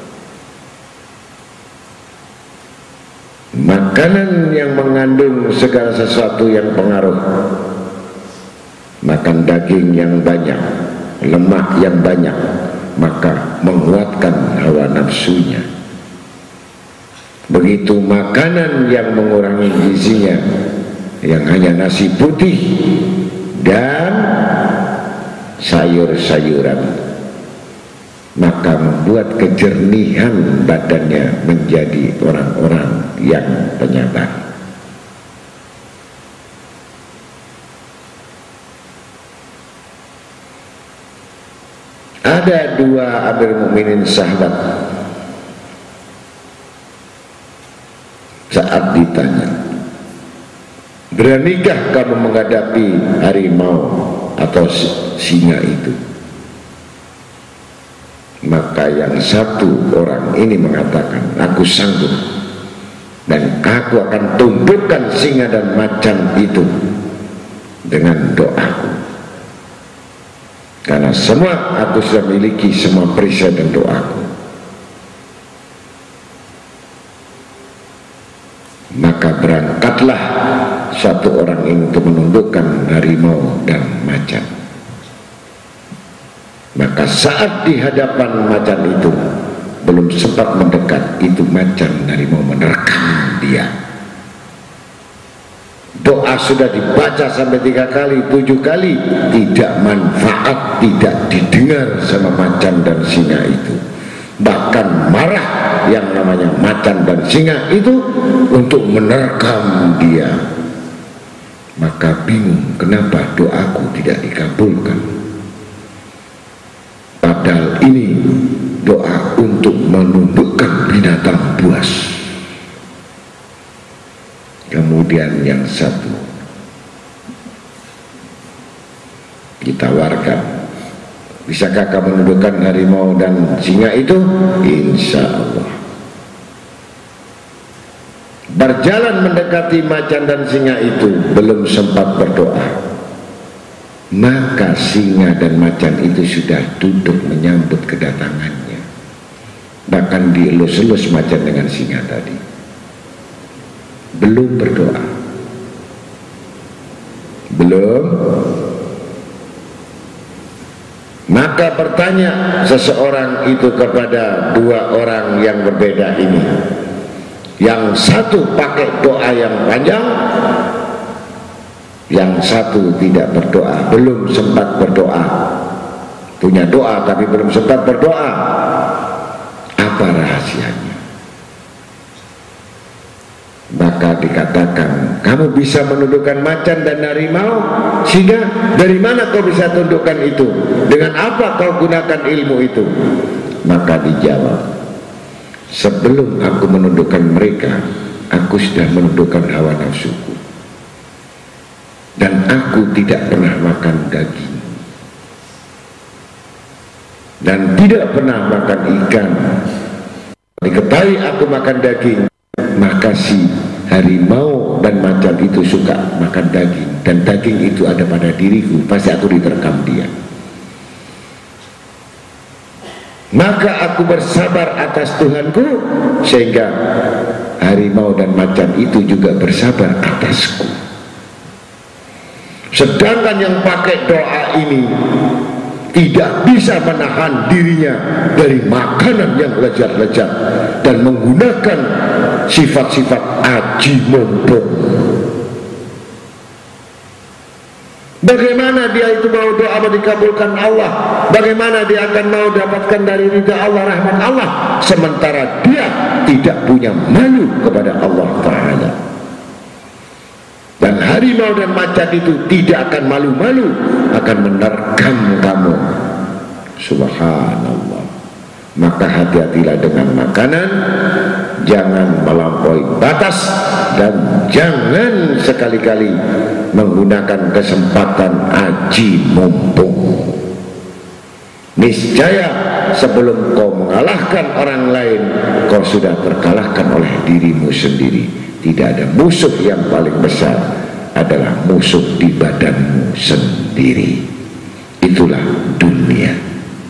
Makanan yang mengandung segala sesuatu yang pengaruh, makan daging yang banyak, lemak yang banyak, maka menguatkan hawa nafsunya. Begitu makanan yang mengurangi gizinya, yang hanya nasi putih dan sayur-sayuran, maka membuat kejernihan badannya menjadi orang-orang yang penyabar. Ada dua Amirul Mukminin sahabat, saat ditanya, beranikah kamu menghadapi harimau atau singa itu? Maka yang satu orang ini mengatakan, aku sanggup, dan aku akan tumbuhkan singa dan macan itu dengan doaku, karena semua aku sudah miliki semua perisai dan doaku. Maka berangkatlah satu orang ini untuk menundukkan harimau dan macan. Maka saat di hadapan macan itu, belum sempat mendekat, itu macan harimau menerkam dia. Doa sudah dibaca sampai tiga kali, tujuh kali, tidak manfaat, tidak didengar sama macan dan singa itu. bahkan marah yang namanya macan dan singa itu untuk menerkam dia. Maka bingung kenapa doaku tidak dikabulkan, padahal ini doa untuk menundukkan binatang buas. Kemudian yang satu ditawarkan, bisakah kamu menundukkan harimau dan singa itu? Insya Allah. Berjalan mendekati macan dan singa itu, belum sempat berdoa, maka singa dan macan itu sudah duduk menyambut kedatangannya. Bahkan dielus-elus macan dengan singa tadi, belum berdoa, belum. Maka bertanya seseorang itu kepada dua orang yang berbeda ini. Yang satu pakai doa yang panjang, yang satu tidak berdoa, belum sempat berdoa. Punya doa tapi belum sempat berdoa. Apa rahasianya? Maka dikatakan, kamu bisa menundukkan macan dan harimau, sehingga dari mana kau bisa tundukkan itu? Dengan apa kau gunakan ilmu itu? Maka dijawab, sebelum aku menundukkan mereka, aku sudah menundukkan hawa nafsuku. Dan aku tidak pernah makan daging, dan tidak pernah makan ikan. Diketahui aku makan daging, maka si harimau dan macan itu suka makan daging, dan daging itu ada pada diriku, pasti aku diterkam dia. Maka aku bersabar atas Tuhanku, sehingga harimau dan macan itu juga bersabar atasku. Sedangkan yang pakai doa ini tidak bisa menahan dirinya dari makanan yang lezat-lezat dan menggunakan sifat-sifat aji mumpung. Bagaimana dia itu mau doa dikabulkan Allah? Bagaimana dia akan mau dapatkan dari ridha Allah, rahmat Allah, sementara dia tidak punya malu kepada Allah Ta'ala? Dan harimau dan macan itu tidak akan malu-malu, akan menerkam kamu. Subhanallah. Maka hati-hatilah dengan makanan, jangan melampaui batas, dan jangan sekali-kali menggunakan kesempatan aji mumpung. Niscaya sebelum kau mengalahkan orang lain, kau sudah terkalahkan oleh dirimu sendiri. Tidak ada musuh yang paling besar, adalah musuh di badanmu sendiri. Itulah dunia.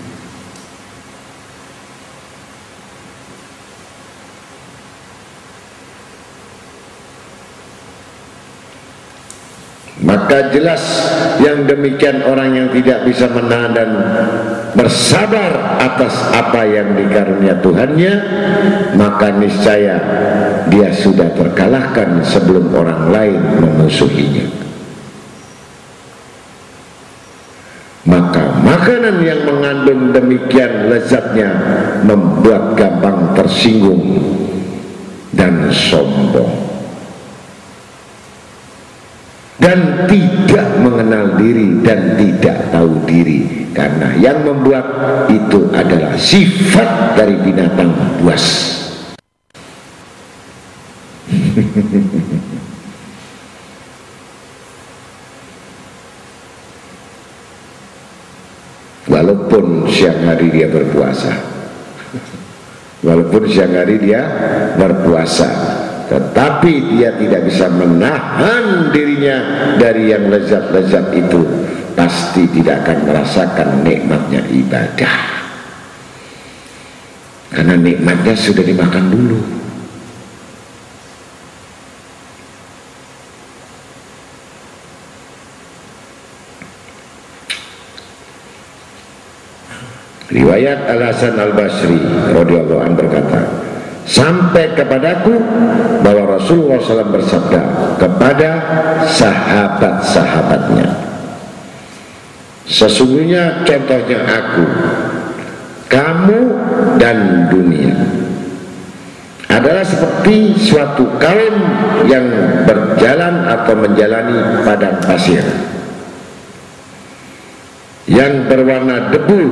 Maka jelas yang demikian orang yang tidak bisa menahan dan bersabar atas apa yang dikarunia Tuhannya, maka niscaya dia sudah terkalahkan sebelum orang lain memusuhinya. Maka makanan yang mengandung demikian lezatnya membuat gampang tersinggung dan sombong, dan tidak mengenal diri dan tidak tahu diri, karena yang membuat itu adalah sifat dari binatang buas. Walaupun siang hari dia berpuasa, walaupun siang hari dia berpuasa, tetapi dia tidak bisa menahan dirinya dari yang lezat-lezat itu, pasti tidak akan merasakan nikmatnya ibadah, karena nikmatnya sudah dimakan dulu. Riwayat Al-Hasan Al-Basri radhiyallahu anhu berkata, sampai kepadaku bahwa Rasulullah shallallahu alaihi wasallam bersabda kepada sahabat-sahabatnya, sesungguhnya contohnya aku, kamu dan dunia adalah seperti suatu kaum yang berjalan atau menjalani padang pasir yang berwarna debu,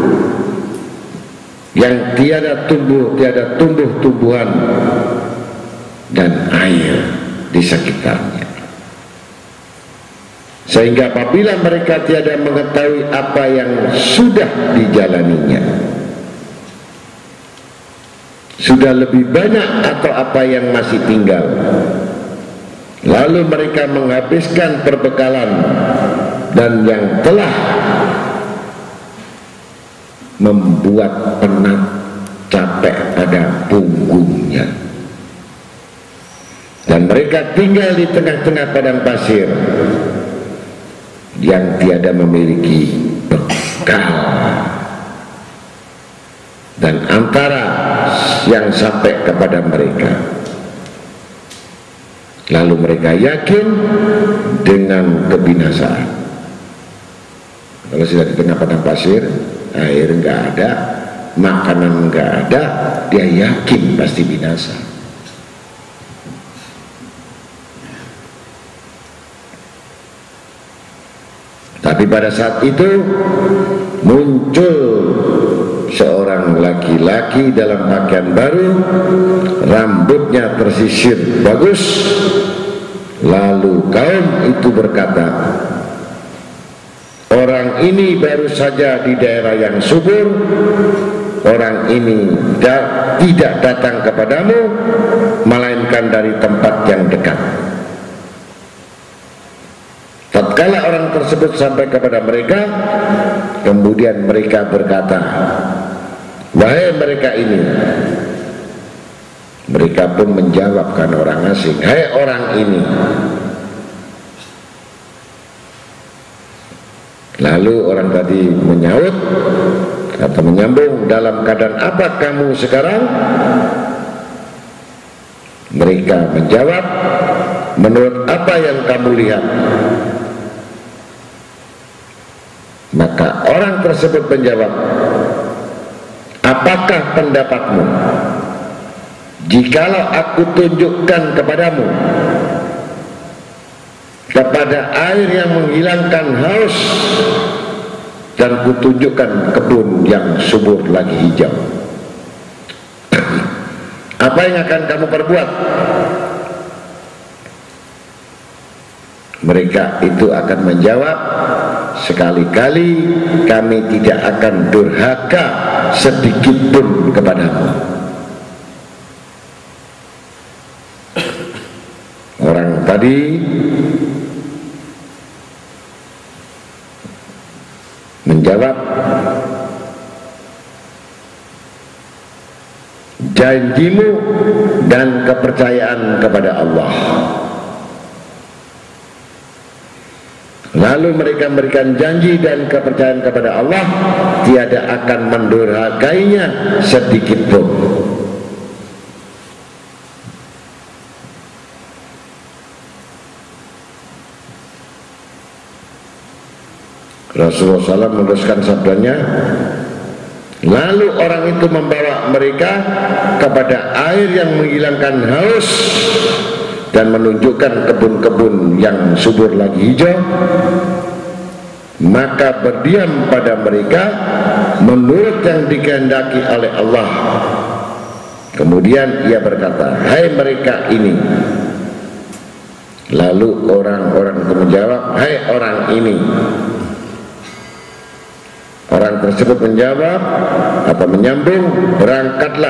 yang tiada tumbuh tiada tumbuh-tumbuhan dan air di sekitarnya, sehingga apabila mereka tiada mengetahui apa yang sudah dijalaninya, sudah lebih banyak atau apa yang masih tinggal, lalu mereka menghabiskan perbekalan dan yang telah membuat penat capek pada punggungnya, dan mereka tinggal di tengah-tengah padang pasir yang tiada memiliki bekal, dan antara yang sampai kepada mereka, lalu mereka yakin dengan kebinasaan. Kalau sudah di tengah padang pasir, air enggak ada, makanan enggak ada, dia yakin pasti binasa. Tapi pada saat itu muncul seorang laki-laki dalam pakaian baru, rambutnya tersisir bagus, lalu kaum itu berkata, orang ini baru saja di daerah yang subur, orang ini da tidak datang kepadamu melainkan dari tempat yang dekat. Tatkala orang tersebut sampai kepada mereka, kemudian mereka berkata, wahai mereka ini, mereka pun menjawabkan orang asing, hai orang ini. Lalu orang tadi menyaut atau menyambung, dalam keadaan apa kamu sekarang? Mereka menjawab, menurut apa yang kamu lihat? Maka orang tersebut menjawab, apakah pendapatmu jikalau aku tunjukkan kepadamu kepada air yang menghilangkan haus dan kutunjukkan kebun yang subur lagi hijau, apa yang akan kamu perbuat? Mereka itu akan menjawab, sekali-kali kami tidak akan durhaka sedikit pun kepadamu. Orang tadi menjawab, janjimu dan kepercayaan kepada Allah. Lalu mereka memberikan janji dan kepercayaan kepada Allah, tiada akan mendurhakainya sedikit pun. Rasulullah shallallahu alaihi wasallam meneruskan sabdanya, lalu orang itu membawa mereka kepada air yang menghilangkan haus dan menunjukkan kebun-kebun yang subur lagi hijau. Maka berdiam pada mereka menurut yang dikehendaki oleh Allah. Kemudian ia berkata, hai mereka ini. Lalu orang-orang itu menjawab, hai orang ini. Orang tersebut menjawab apa menyambung, berangkatlah.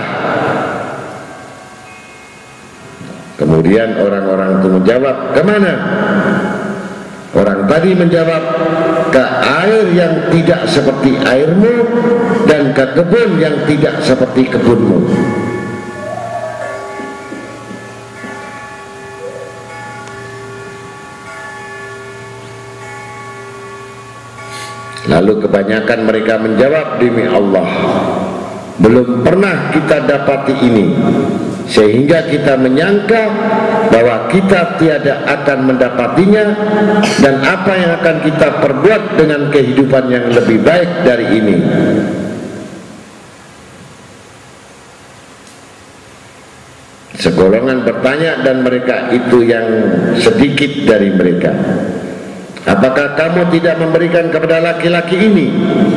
Kemudian orang-orang itu menjawab, kemana? Orang tadi menjawab, ke air yang tidak seperti airmu dan ke kebun yang tidak seperti kebunmu. Lalu kebanyakan mereka menjawab, demi Allah, belum pernah kita dapati ini, sehingga kita menyangka bahwa kita tiada akan mendapatinya, dan apa yang akan kita perbuat dengan kehidupan yang lebih baik dari ini. Segolongan bertanya dan mereka itu yang sedikit dari mereka, apakah kamu tidak memberikan kepada laki-laki ini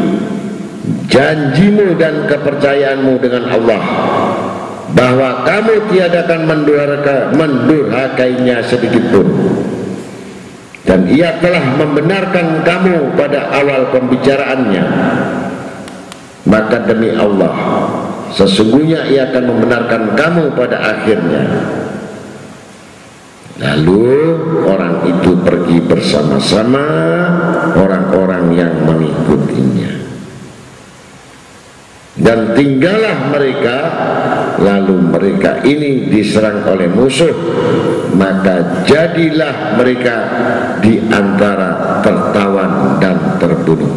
janjimu dan kepercayaanmu dengan Allah bahwa kamu tiadakan mendurhaka, mendurhakainya sedikit pun, dan ia telah membenarkan kamu pada awal pembicaraannya, maka demi Allah sesungguhnya ia akan membenarkan kamu pada akhirnya. Lalu orang itu pergi bersama-sama orang-orang yang mengikutinya, dan tinggallah mereka. Lalu mereka ini diserang oleh musuh, maka jadilah mereka di antara tertawan dan terbunuh.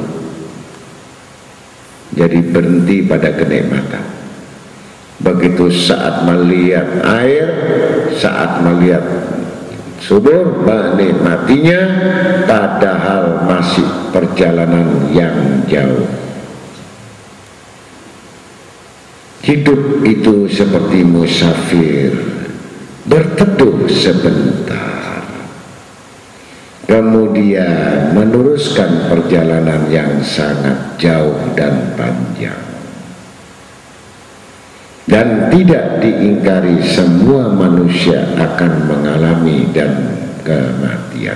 Jadi berhenti pada kenikmatan. Begitu saat melihat air, saat melihat subur, menikmatinya, padahal masih perjalanan yang jauh. Hidup itu seperti musafir, berteduh sebentar, kemudian meneruskan perjalanan yang sangat jauh dan panjang. Dan tidak diingkari, semua manusia akan mengalami dan kematian.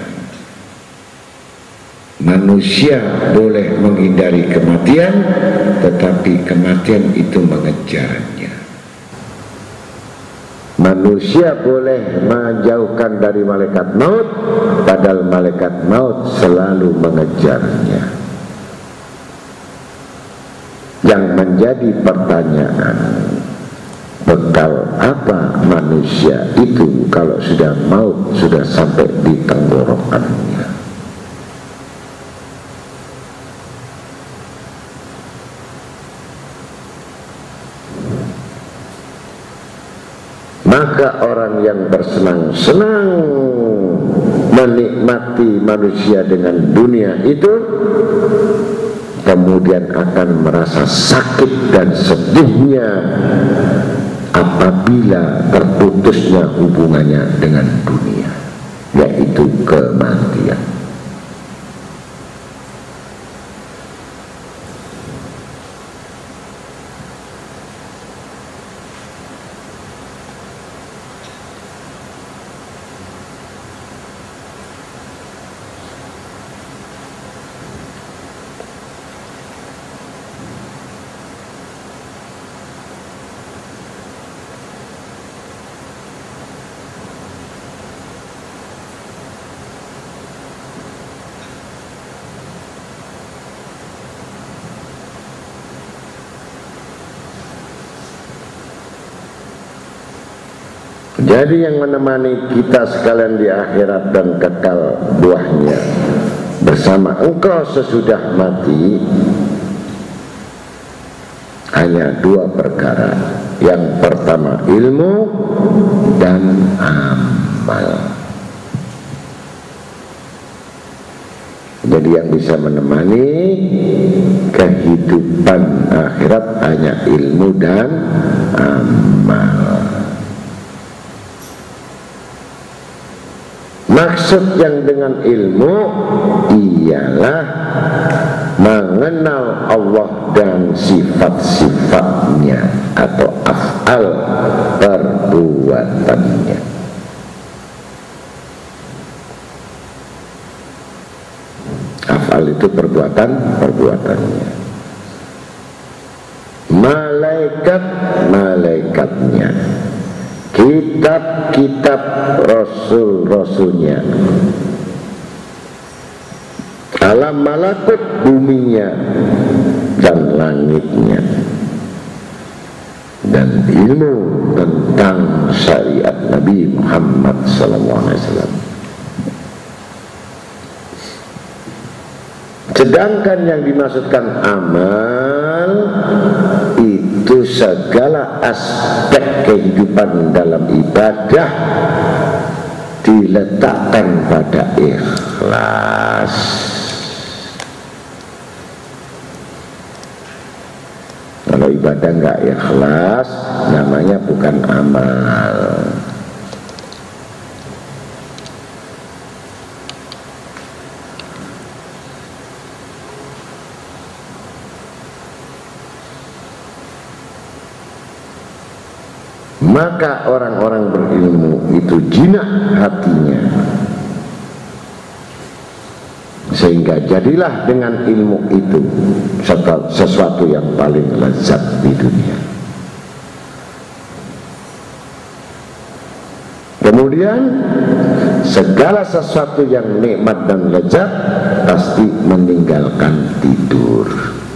Manusia boleh menghindari kematian, tetapi kematian itu mengejarnya. Manusia boleh menjauhkan dari malaikat maut, padahal malaikat maut selalu mengejarnya. Yang menjadi pertanyaan, bekal apa manusia itu kalau sudah maut sudah sampai di tenggorokannya? Maka orang yang bersenang-senang menikmati manusia dengan dunia itu kemudian akan merasa sakit dan sedihnya apabila terputusnya hubungannya dengan dunia, yaitu kematian. Jadi yang menemani kita sekalian di akhirat dan kekal buahnya bersama engkau sesudah mati hanya dua perkara. Yang pertama ilmu dan amal. Jadi yang bisa menemani kehidupan akhirat hanya ilmu dan amal. Maksud yang dengan ilmu ialah mengenal Allah dan sifat-sifatnya atau af'al perbuatannya. Af'al itu perbuatan-perbuatannya. Malaikat-malaikatnya, kitab-kitab rasul-rasulnya, alam malakut buminya dan langitnya, dan ilmu tentang syariat Nabi Muhammad sallallahu alaihi wasallam. Sedangkan yang dimaksudkan amal itu segala aspek kehidupan dalam ibadah diletakkan pada ikhlas. Kalau ibadah nggak ikhlas, namanya bukan amal. Maka orang-orang berilmu itu jinak hatinya, sehingga jadilah dengan ilmu itu sesuatu yang paling lezat di dunia. Kemudian segala sesuatu yang nikmat dan lezat pasti meninggalkan tidur.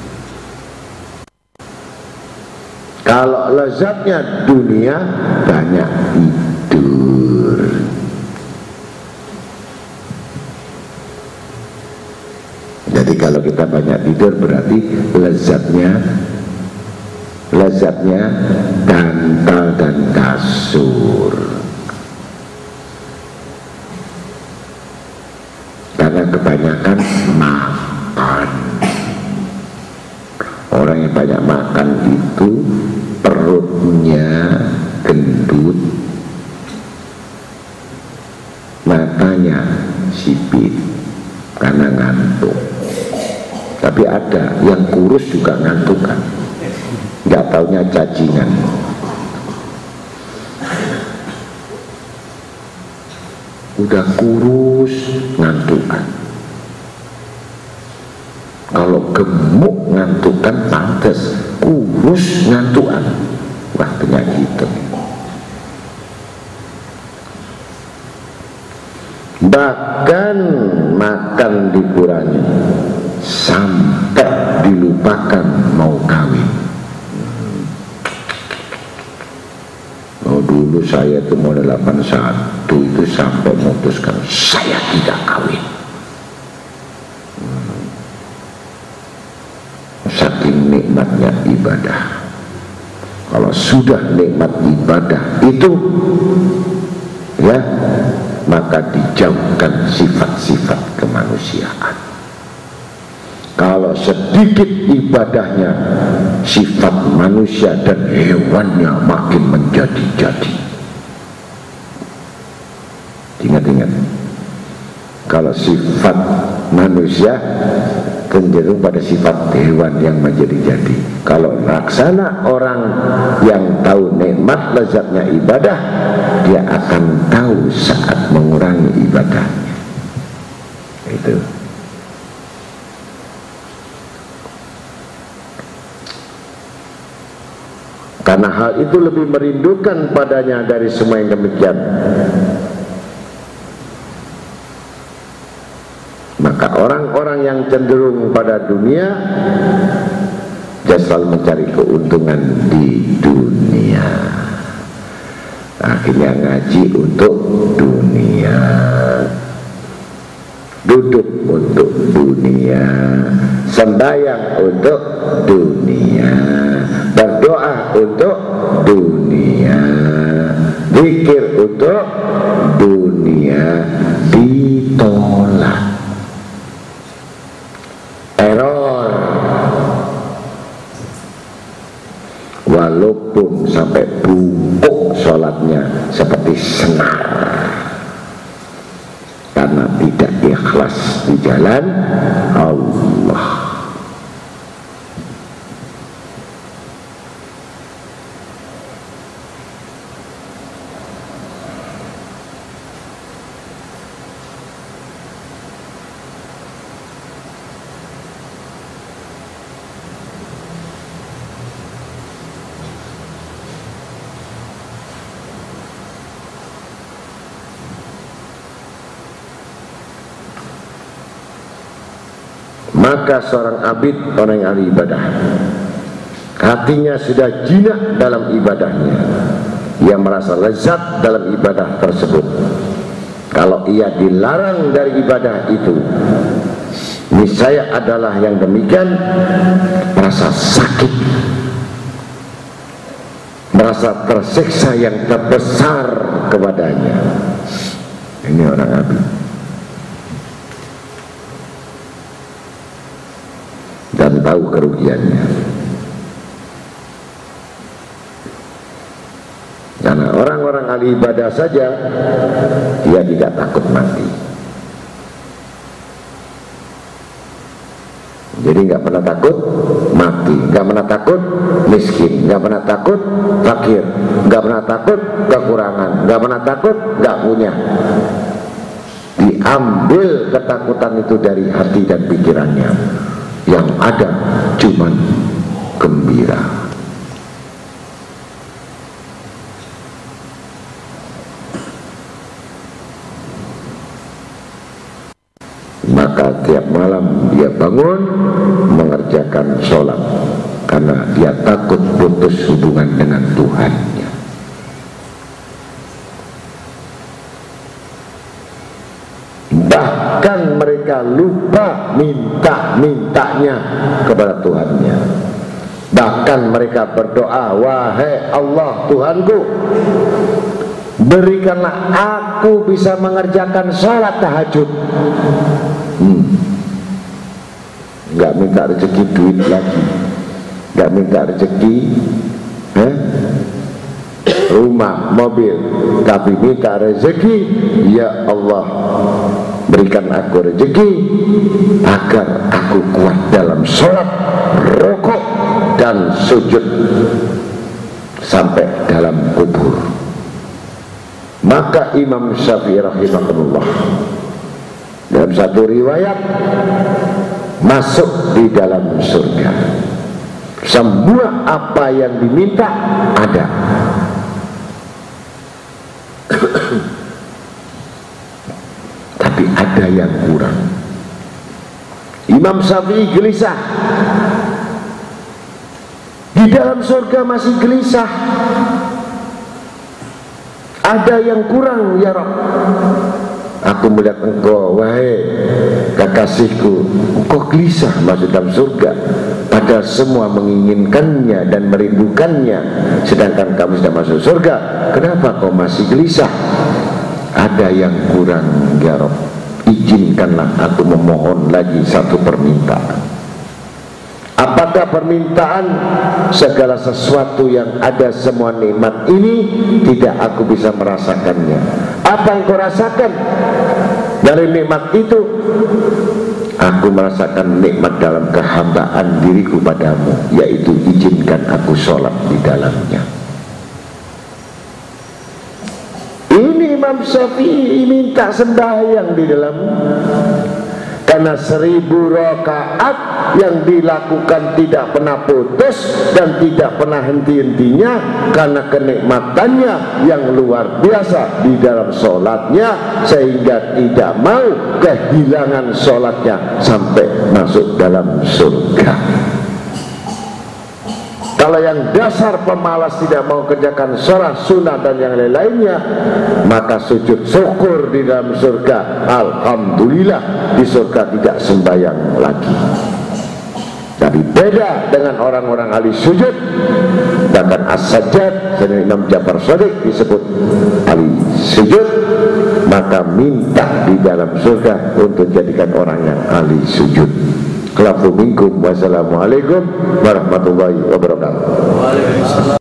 Kalau lezatnya dunia, banyak tidur. Jadi kalau kita banyak tidur berarti lezatnya lezatnya bantal dan kasur. Karena kebanyakan makan. Orang yang banyak makan itu perutnya gendut, matanya sipit karena ngantuk. Tapi ada yang kurus juga ngantuk kan, nggak taunya cacingan. Udah kurus ngantuk kan. Kalau gemuk ngantukan pantes, kurus ngantukan, wah penyakit itu. Bahkan makan dikurangi sampai dilupakan mau kawin. Oh, dulu saya itu mau delapan satu itu sampai memutuskan saya tidak kawin. Saking nikmatnya ibadah. Kalau sudah nikmat ibadah itu, ya, maka dijauhkan sifat-sifat kemanusiaan. Kalau sedikit ibadahnya, sifat manusia dan hewannya makin menjadi-jadi. Ingat-ingat, kalau sifat manusia cenderung pada sifat hewan yang menjadi-jadi. Kalau laksana orang yang tahu nikmat lezatnya ibadah, dia akan tahu saat mengurangi ibadahnya. Itu. Karena hal itu lebih merindukan padanya dari semua yang demikian. Maka orang-orang yang cenderung pada dunia, dia selalu mencari keuntungan di dunia. Akhirnya ngaji untuk dunia, duduk untuk dunia, sembahyang untuk dunia, berdoa untuk dunia, zikir untuk dunia, ditolak. Error. Walaupun sampai bungkuk sholatnya seperti senar, karena tidak ikhlas di jalan Allah. Maka seorang abid, orang yang ahli ibadah, hatinya sudah jinak dalam ibadahnya, ia merasa lezat dalam ibadah tersebut. Kalau ia dilarang dari ibadah itu, niscaya adalah yang demikian merasa sakit, merasa tersiksa yang terbesar kepadanya. Ini orang abid dan tahu kerugiannya. amal ibadah saja, dia tidak takut mati. Jadi nggak pernah takut mati, nggak pernah takut miskin, nggak pernah takut fakir, nggak pernah takut kekurangan, nggak pernah takut nggak punya. Diambil ketakutan itu dari hati dan pikirannya, yang ada cuman gembira. Maka tiap malam dia bangun mengerjakan sholat karena dia takut putus hubungan dengan Tuhannya. Bahkan mereka lupa minta-mintanya kepada Tuhannya. Bahkan mereka berdoa, wahai Allah Tuhanku, berikanlah aku bisa mengerjakan sholat tahajud. hmm. Gak minta rezeki duit lagi, gak minta rezeki eh? rumah, mobil, tapi minta rezeki, ya Allah berikan aku rezeki agar aku kuat dalam sholat, rukuk dan sujud sampai dalam kubur. Maka Imam Syafi'i rahimahullah dalam satu riwayat masuk di dalam surga. Semua apa yang diminta ada. Tapi ada yang kurang. Imam Syafi'i gelisah. Di dalam surga masih gelisah. Ada yang kurang ya Rabb. Aku melihat engkau, wahai kekasihku, engkau gelisah masuk dalam surga, padahal semua menginginkannya dan merindukannya, sedangkan kamu sudah masuk surga. Kenapa kau masih gelisah? Ada yang kurang ya Rabb. Izinkanlah aku memohon lagi satu permintaan. Apakah permintaan? Segala sesuatu yang ada, semua nikmat ini tidak aku bisa merasakannya. Apa yang kau rasakan dari nikmat itu? Aku merasakan nikmat dalam kehambaan diriku padamu, yaitu izinkan aku sholat di dalamnya. Ini Imam Syafi'i minta sembahyang di dalam, karena seribu rakaat yang dilakukan tidak pernah putus dan tidak pernah henti-hentinya, karena kenikmatannya yang luar biasa di dalam sholatnya, sehingga tidak mau kehilangan sholatnya sampai masuk dalam surga. Kalau yang dasar pemalas tidak mau kerjakan sholat sunnah dan yang lain-lainnya, maka sujud syukur di dalam surga, alhamdulillah di surga tidak sembahyang lagi. Tapi beda dengan orang-orang ahli sujud. Bahkan as-sajjad, Imam Ja'far Shadiq disebut ahli sujud, maka minta di dalam surga untuk jadikan orang yang ahli sujud. Qalafu minkum, wassalamualaikum warahmatullahi wabarakatuh.